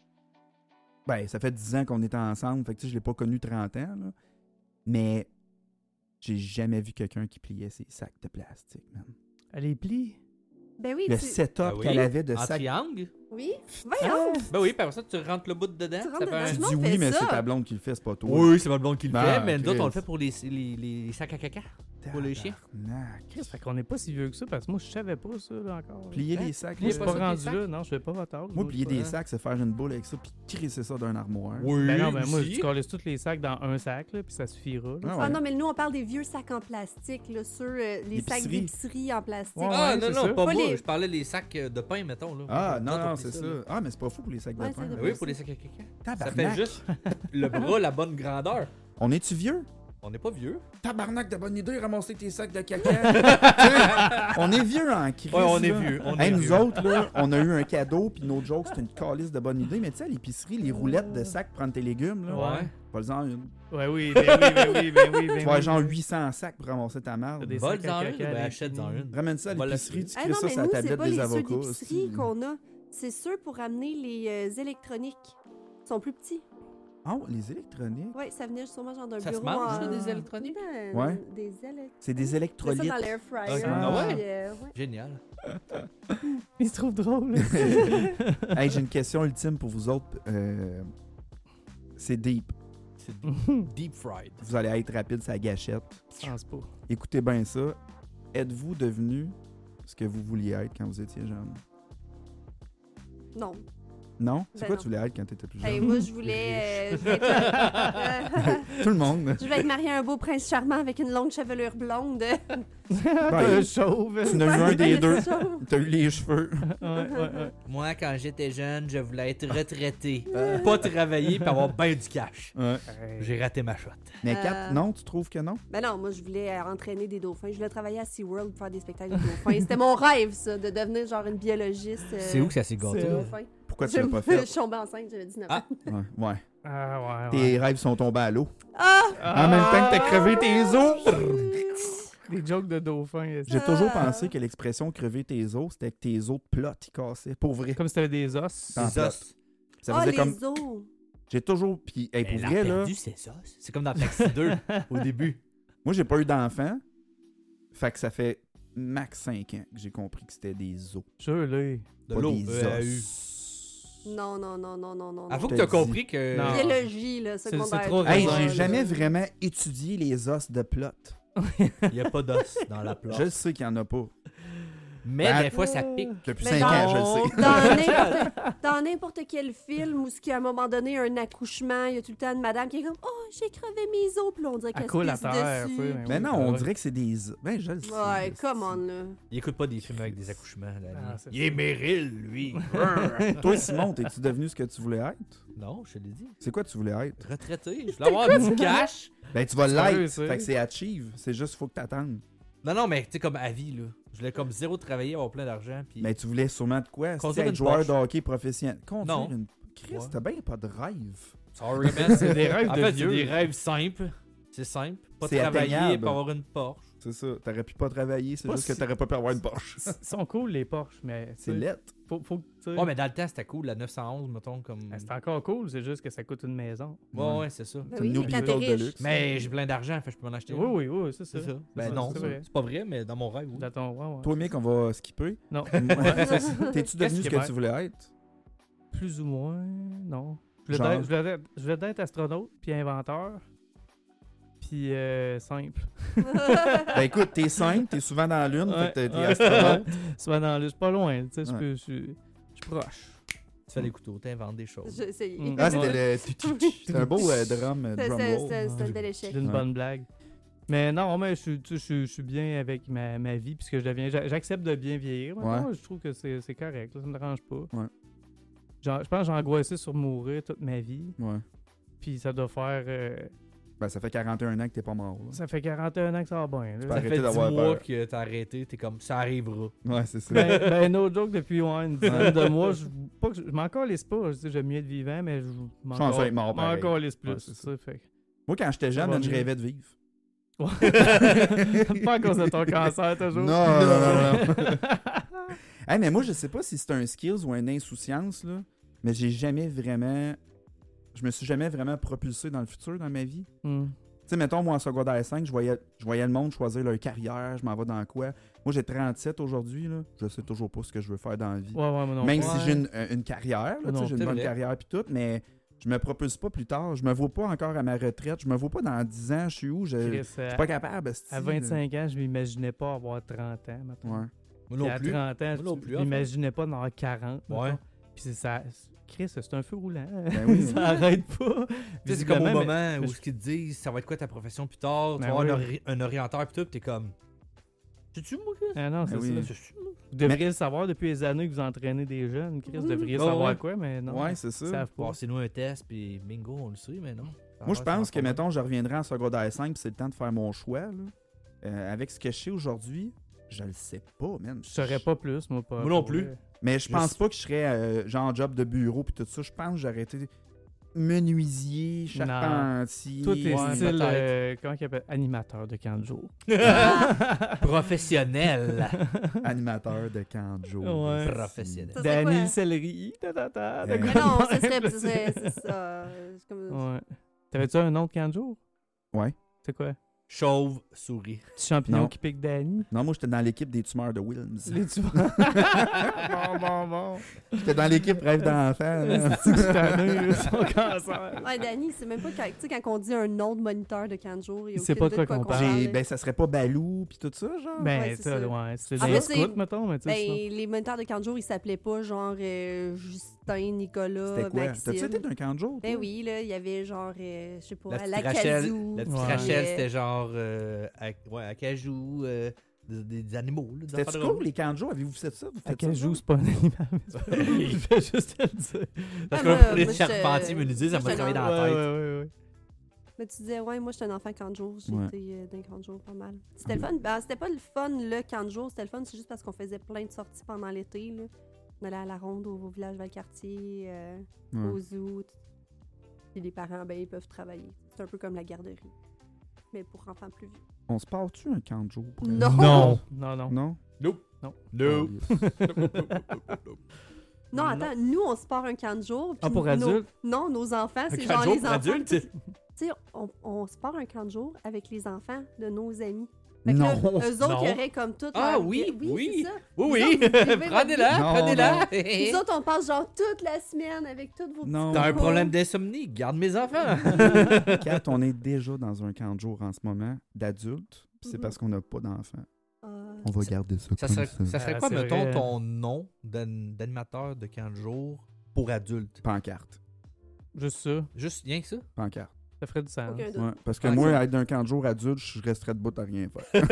Ben, ça fait 10 ans qu'on était ensemble, fait que tu sais, je l'ai pas connue 30 ans, là. Mais j'ai jamais vu quelqu'un qui pliait ses sacs de plastique, man. Elle les plie. Ben oui, Le tu... setup Ah oui? qu'elle avait de En sacs... triangle? Oui? Voyons! Ben oui, puis après ça, tu rentres le bout dedans. Tu rentres ça fait dedans, un- je Tu m'en dis fais oui, mais ça. c'est ta blonde qui le fait, c'est pas toi. Oui, c'est pas le bon qui le Ben, fait, mais nous autres, on le Chris. fait pour les sacs à caca. Pour les chiens. Tabarnak. Chris, fait qu'on n'est pas si vieux que ça, parce que moi, je savais pas ça, là, encore. Plier Hein? des sacs. Moi, je Plier suis moi, pas pas ça, rendu tes là, sacs? non, je fais pas votre âge. Moi, vous, plier c'est des pas- sacs, c'est faire une boule avec ça, puis crisser ça d'un armoire. Oui, Ben non, ben moi, aussi. tu colles tous les sacs dans un sac, là, puis ça suffira. là. Ah Ah ouais. non, mais nous, on parle des vieux sacs en plastique, là, sur les sacs L'épicerie. d'épicerie en plastique. Ouais, Ah, ouais, non, c'est non, ça. pas Pas moi. les- Je parlais des sacs de pain, mettons. Là. Ah, non, Toi, t'as non, pris c'est ça. là. Ah, mais c'est pas fou pour les sacs Ouais, de pain. c'est là. de- Oui, pour les sacs à caca. Ça Tabarnak. fait juste le bras, la bonne grandeur. On est-tu vieux? On n'est pas vieux. Tabarnak de bonne idée, ramasser tes sacs de caca. Tu sais, on est vieux en crise. Ouais, on est là. vieux. On Hey, est nous vieux. autres, là, on a eu un cadeau, puis notre joke, c'était une calice de bonne idée. Mais tu sais, à l'épicerie, les roulettes de sacs pour prendre tes légumes, là, Ouais. pas-en une. Ouais, oui, ben oui, ben oui, ben oui, ben Tu vas oui. genre 800 sacs pour ramasser ta T'as marde. des Vole sacs à en une, caca à ben achète-en l'infini. une. Ramène ça à Va l'épicerie, l'acheter. tu Ah crées non, ça mais sur la nous, c'est tablette pas des les ceux avocats. d'épicerie qu'on a. C'est ceux pour amener les électroniques. Ils sont plus petits. Oh, les électroniques. Oui, ça venait sûrement genre d'un Ça bureau. se mange, en- ça, des électroniques? Non, Ouais. Des électroniques. C'est des C'est ça électrolytes. dans l'air fryer. Ah ouais? puis, ouais. Génial. Il se trouve drôle. Hey, j'ai une question ultime pour vous autres. C'est deep. C'est deep fried. Vous allez être rapide, ça gâchette. Je pense pas. Écoutez bien ça. Êtes-vous devenu ce que vous vouliez être quand vous étiez jeune? Non. Non? C'est Ben quoi non. tu voulais être quand tu étais plus jeune? Hey, moi, je voulais. Je voulais être- Tout le monde. je voulais être mariée à un beau prince charmant avec une longue chevelure blonde. Ben, Chauve. tu n'as eu un des deux. Chauve. T'as eu les cheveux. Ouais, ouais, ouais. Moi, quand j'étais jeune, je voulais être retraité. Pas travailler puis avoir bien du cash. Ouais. Hey. J'ai raté ma shot. Mais Kat, non, tu trouves que non? Ben non, moi, je voulais entraîner des dauphins. Je voulais travailler à SeaWorld pour faire des spectacles de dauphins. C'était mon rêve, ça, de devenir genre une biologiste. C'est où que ça s'est gâté? de C'est- dauphins. Pourquoi tu l'as pas fait? Je suis tombée enceinte, j'avais 19 ans. Ah. Ouais. Ouais. Ah, ouais, ouais. Tes rêves sont tombés à l'eau. Ah! En même temps que t'as crevé tes os. Des jokes de dauphins. J'ai toujours pensé que l'expression crever tes os, c'était que tes os de plot, ils cassaient. Pour vrai. Comme si t'avais des os. Dans Les plot. os. Ça Ah, faisait les comme. os! J'ai toujours. Puis, hey, pour Elle a vrai, là. perdu ses os. C'est comme dans Taxi 2 au début. Moi, j'ai pas eu d'enfant. Fait que ça fait max 5 ans que j'ai compris que c'était des os. Jure, là. De Pas l'eau. des EAU. os. Non, non, non, non, non, non. Avoue Je que te t'as dis. compris que. Non. Biologie, là, secondaire. trop Hey, Ouais, j'ai là. jamais vraiment étudié les os de plot. Il n'y a pas d'os dans la plate. Je sais qu'il y en a pas. Mais Ben, des fois, ça pique. Depuis Mais 5 ans, je le non. sais. Dans n'importe quel film où, à un moment donné, un accouchement, il y a tout le temps une madame qui est comme « Oh, j'ai crevé mes os! » Puis là, on dirait Elle qu'elle se coule à pisse terre, dessus. tu sais, puis- Mais non, Ouais. on dirait que c'est des. Ben, je le sais. Ouais, come on, là. Il écoute pas des films avec des accouchements. Là, Ah, c'est il est ça. Meryl, lui. Toi, Simon, t'es-tu devenu ce que tu voulais être? Non, je te l'ai dit. C'est quoi tu voulais être? Retraité. Je voulais avoir du cash. Ben, tu vas Sérieux, l'être. c'est? Fait que c'est achieve. C'est juste, faut que t'attendes. Non, non, mais tu sais, comme à vie, là. Je voulais comme zéro travailler, avoir plein d'argent. Puis... Mais tu voulais sûrement de quoi? Conduire Si être une joueur Porsche. de hockey professionnel. Conduire Non. une. Chris, Ouais. t'as bien pas de rêve. Sorry, man. C'est des rêves En de fait, vieux. c'est des rêves simples. C'est simple. Pas C'est travailler atteignable. pour avoir une Porsche. C'est ça. T'aurais pu pas travailler, c'est Pas juste que si- t'aurais pas pu avoir une Porsche. Ils sont cool, les Porsche, mais. C'est tu sais, lettre. Faut que tu sais, Ouais, mais dans le temps, c'était cool. La 911, mettons, comme. c'est encore cool, c'est juste que ça coûte une maison. Ouais, c'est ça. Ben C'est oui, une quand Nobile t'es de riche. luxe. Mais j'ai plein d'argent, fait que je peux m'en acheter. Oui, oui, oui, c'est ça. C'est ça. C'est Ben ça, non, c'est ça, vrai. c'est pas vrai, mais dans mon rêve, oui. Dans ton- ouais, ouais. Toi, mec, on va skipper. Non. T'es-tu devenu ce qui que tu voulais être? Plus ou moins, non. Je Genre? voulais être astronaute, puis inventeur, puis simple. Ben écoute, t'es simple, t'es souvent dans la lune, Ouais, fait que t'es ouais. astronaute. Souvent dans le... Je suis pas loin, tu sais, je Ouais. peux- je suis proche. Tu fais des couteaux, t'inventes des choses. J'ai essayé. Mm. Ah, c'était le. C'est un beau drum C'est roll. c'est un bel échec. J'ai une Ouais. bonne blague. Mais non, mais je suis bien avec ma vie, puisque je deviens. J'accepte de bien vieillir. Maintenant, Ouais. je trouve que c'est correct, là, ça me dérange pas. Ouais. Genre, je pense que j'ai angoissé sur mourir toute ma vie. Ouais. Puis ça doit faire. Ben, ça fait 41 ans que t'es pas mort. là. Ça fait 41 ans que ça va bien. là. peux Ça arrêter fait 10 d'avoir mois peur. que t'as arrêté, t'es comme, ça arrivera. Ouais, c'est ça. Ben, no joke, depuis une dizaine de mois, pas que je m'en calisse pas. Je dis, j'aime mieux être vivant, mais je m'en Chanceux d'être mort, pareil. calisse plus. Ouais, c'est ça fait. Moi, quand j'étais jeune, Ça va je mieux. rêvais de vivre. Ouais. Pas à cause de ton cancer, toujours. Non, non, non. Hey, mais moi, je sais pas si c'est un skills ou une insouciance, là, mais j'ai jamais vraiment. Je me suis jamais vraiment propulsé dans le futur dans ma vie. Hmm. Tu sais, mettons, moi, en secondaire 5, je voyais le monde choisir leur carrière, je m'en vais dans quoi. Moi, j'ai 37 aujourd'hui, là. Je sais toujours pas ce que je veux faire dans la vie. Ouais, ouais, mais non. Même Ouais. si j'ai une carrière, là, tu sais, Non, j'ai une c'est bonne vrai. carrière puis tout, mais Je me propulse pas plus tard. Je me vois pas encore à ma retraite. Je me vois pas dans 10 ans. Je suis où? Je suis pas capable. À 25 ans, je m'imaginais pas avoir 30 ans. Mettons. Ouais. Moi non Puis plus. à 30 ans, Moi non plus, je en fait. m'imaginais pas dans 40. Ouais. mettons. Puis c'est ça. Chris, c'est un feu roulant. Ben oui. Ça arrête pas. Tu sais, c'est comme au Visiblement, moment mais où ce qu'ils te disent, ça va être quoi ta profession plus tard, tu Ben vas avoir oui. un orienteur pis tout, pis t'es comme. C'est-tu moi, Chris? Ah non, c'est Ben oui. ça. C'est-tu moi? Vous devriez le savoir depuis les années que vous entraînez des jeunes. Chris, vous devriez Ah savoir ouais. quoi, mais non. Ouais, c'est ça. Ils savent pas. Bon, c'est nous un test, pis bingo, on le sait, mais non. Moi, je pense que, mettons, je reviendrai en secondaire 5 puis c'est le temps de faire mon choix. Là. Avec ce que je sais aujourd'hui, je le sais pas, man. Je saurais pas plus, moi. Pas, Moi non pour plus. vrai. Mais je pense Je- pas que je serais genre job de bureau puis tout ça. Je pense que j'aurais été menuisier, charpentier. Toi, t'es Ouais, style, peut-être. comment il appelle? Animateur de camp de jour. Professionnel. Animateur de camp de jour. Ouais. Esti. Professionnel. Ça serait quoi? Dany Céleri. Ta-ta-ta, Mais de Mais quoi non, de ce serait, même, ce serait- c'est ça. C'est comme... Ouais. T'avais-tu un autre camp de jour? Ouais. C'est quoi? Chauve, souris. Petit champignon Non. qui pique Dany? Non, moi, j'étais dans l'équipe des tumeurs de Wilms. Les tu bon. J'étais dans l'équipe rêve d'enfant. là. C'est que c'est un son cancer. Ouais, Dany, c'est même pas quand, tu sais, quand on dit un nom de moniteur de camp de jour, il y a Il sait aucune pas de idée quoi qu'on parle. J'ai- Ben, ça serait pas Balou puis tout ça, genre? Ben, Ouais, c'est ça, ça. ouais. C'est En des fait, c'est- scouts, mettons, mais tu sais. sinon. Ben, les moniteurs de camp de jour, ils s'appelaient pas genre Justin, Nicolas, C'était quoi? Maxime. T'as-tu été d'un camp de jour? Ben toi? oui, là, il y avait genre, je sais pas, La à petite l'Acajou. Rachel, la petite Ouais. Rachel, c'était genre. Acajou, des animaux. Là, des C'était affaires de cool, même. les camps de jour? Avez-vous fait ça? Vous À faites quel ça? joue, c'est pas un animal. mais c'est pas grave. Je vais juste te le dire. Parce Ah, que moi, pour les moi, charpentiers me le disent, ça moi, m'a travaillé dans la Ouais, tête. ouais. Mais tu disais, ouais, moi, j'étais un enfant camp de jour. J'étais Ouais. d'un camp de jour pas mal. C'était le fun. Ben, c'était pas le fun, le camp de jour. C'était le fun, c'est juste parce qu'on faisait plein de sorties pendant l'été. Là. On allait à la ronde au village Valcartier, Ouais. au zoo. Puis les parents, ben, ils peuvent travailler. C'est un peu comme la garderie. Mais pour enfants plus vieux. On se part-tu un camp de jour? pour Non. elle? Non. Non? Nope. Non. Nope. Non, Non. attends, nous, on se part un camp de jour. Ah, puis pour nos- adultes? Non, nos enfants, Un c'est camp de genre jour les pour enfants. adultes? Tu sais, on se part un camp de jour avec les enfants de nos amis. Fait que là, Non! eux autres, Non. ils auraient comme tout. Ah leur- oui, oui. c'est ça. Oui, Nous oui. autres, vous vivez votre Prenez-la, vie. Non, prenez-la. Nous autres, on passe genre toute la semaine avec tous vos Non. petits T'as un cocos. problème d'insomnie, garde mes enfants. Kat, on est déjà dans un camp de jour en ce moment d'adultes. puis C'est Mhm. parce qu'on n'a pas d'enfants. Ah, On va garder ça Ça comme serait, ça. ça serait Ah, quoi, c'est mettons, vrai. ton nom d'animateur de camp de jour pour adultes? Pancarte. Juste ça. Juste rien que ça? Pancarte. Ça ferait du sens. aucun doute. Ouais, parce que Ah, moi, ça. être d'un camp de jour adulte, je resterais debout à rien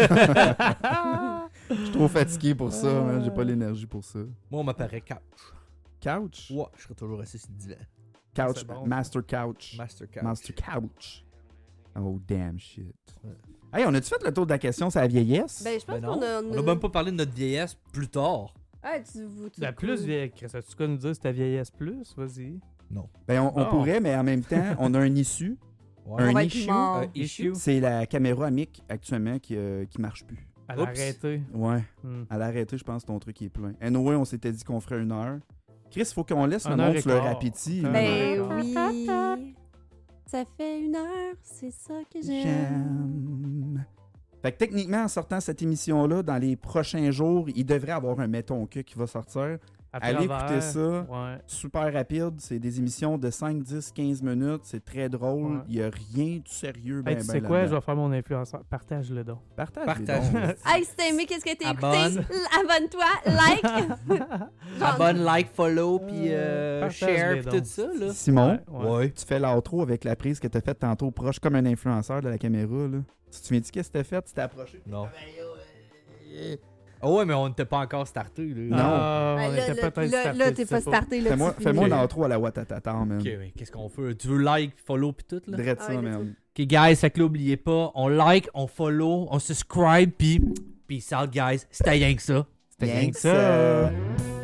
faire. Je suis trop fatigué pour ça, man. J'ai pas l'énergie pour ça. Moi, on m'apparaît couch. Couch? Ouais, je serais toujours assis sur le divan. Couch. C'est bon. Master Couch. Master couch. Master Couch. Oh, damn shit. Ouais. Hey, on a-tu fait le tour de la question sur la vieillesse? Ben, je pense Ben non, qu'on a. on a même pas parlé de notre vieillesse plus tard. Ah, tu La plus vieille. Chris, as-tu quoi nous dire? C'est ta vieillesse plus? Vas-y. Ben, on Oh. pourrait, mais en même temps, on a un issue. Ouais. Un On va être issue. mort. Issue. C'est la caméra Mic actuellement qui marche plus. À Oups. l'arrêter. Ouais. Hmm. À l'arrêter, je pense que ton truc est plein. Anyway, on s'était dit qu'on ferait 1 heure. Chris, il faut qu'on laisse le 1 heure monde et sur leur quart. appétit. Ben là. Ben oui. Ça fait 1 heure, c'est ça que j'aime. J'aime. Fait que techniquement, en sortant cette émission-là, dans les prochains jours, il devrait avoir un Mettons que qui va sortir. À Allez travers. écouter ça. Ouais. Super rapide. C'est des émissions de 5, 10, 15 minutes. C'est très drôle. Ouais. Il n'y a rien de sérieux. Hey, Ben, tu ben sais quoi? Je là-dedans. vais faire mon influenceur. Partage-le donc. Partage. Partage. Hey, si t'as aimé, qu'est-ce que t'as Abonne. écouté? Abonne-toi, like. Genre, Abonne, like, follow, puis Partage share, les puis dons. tout ça, là. Simon, Ouais. tu fais l'outro avec la prise que t'as faite tantôt proche comme un influenceur de la caméra. Là. Tu te souviens-tu qu'est-ce que t'as fait? Tu t'es approché. Non. Oh ouais, mais on n'était pas encore starté, là. Non. Ah, ben, on là, était là, peut-être là, starté, là, tu t'es sais pas starté. Là, Fais-moi tu fais-moi finis. l'outro à la Watatata, man. Ok, mais qu'est-ce qu'on fait? Tu veux like, follow, puis tout, là? Drette Ah ça, ouais, man. Ok, guys, fait que là, oubliez pas, on like, on follow, on subscribe, puis peace out, guys. C'était rien que ça. C'était Rien rien que que ça. ça.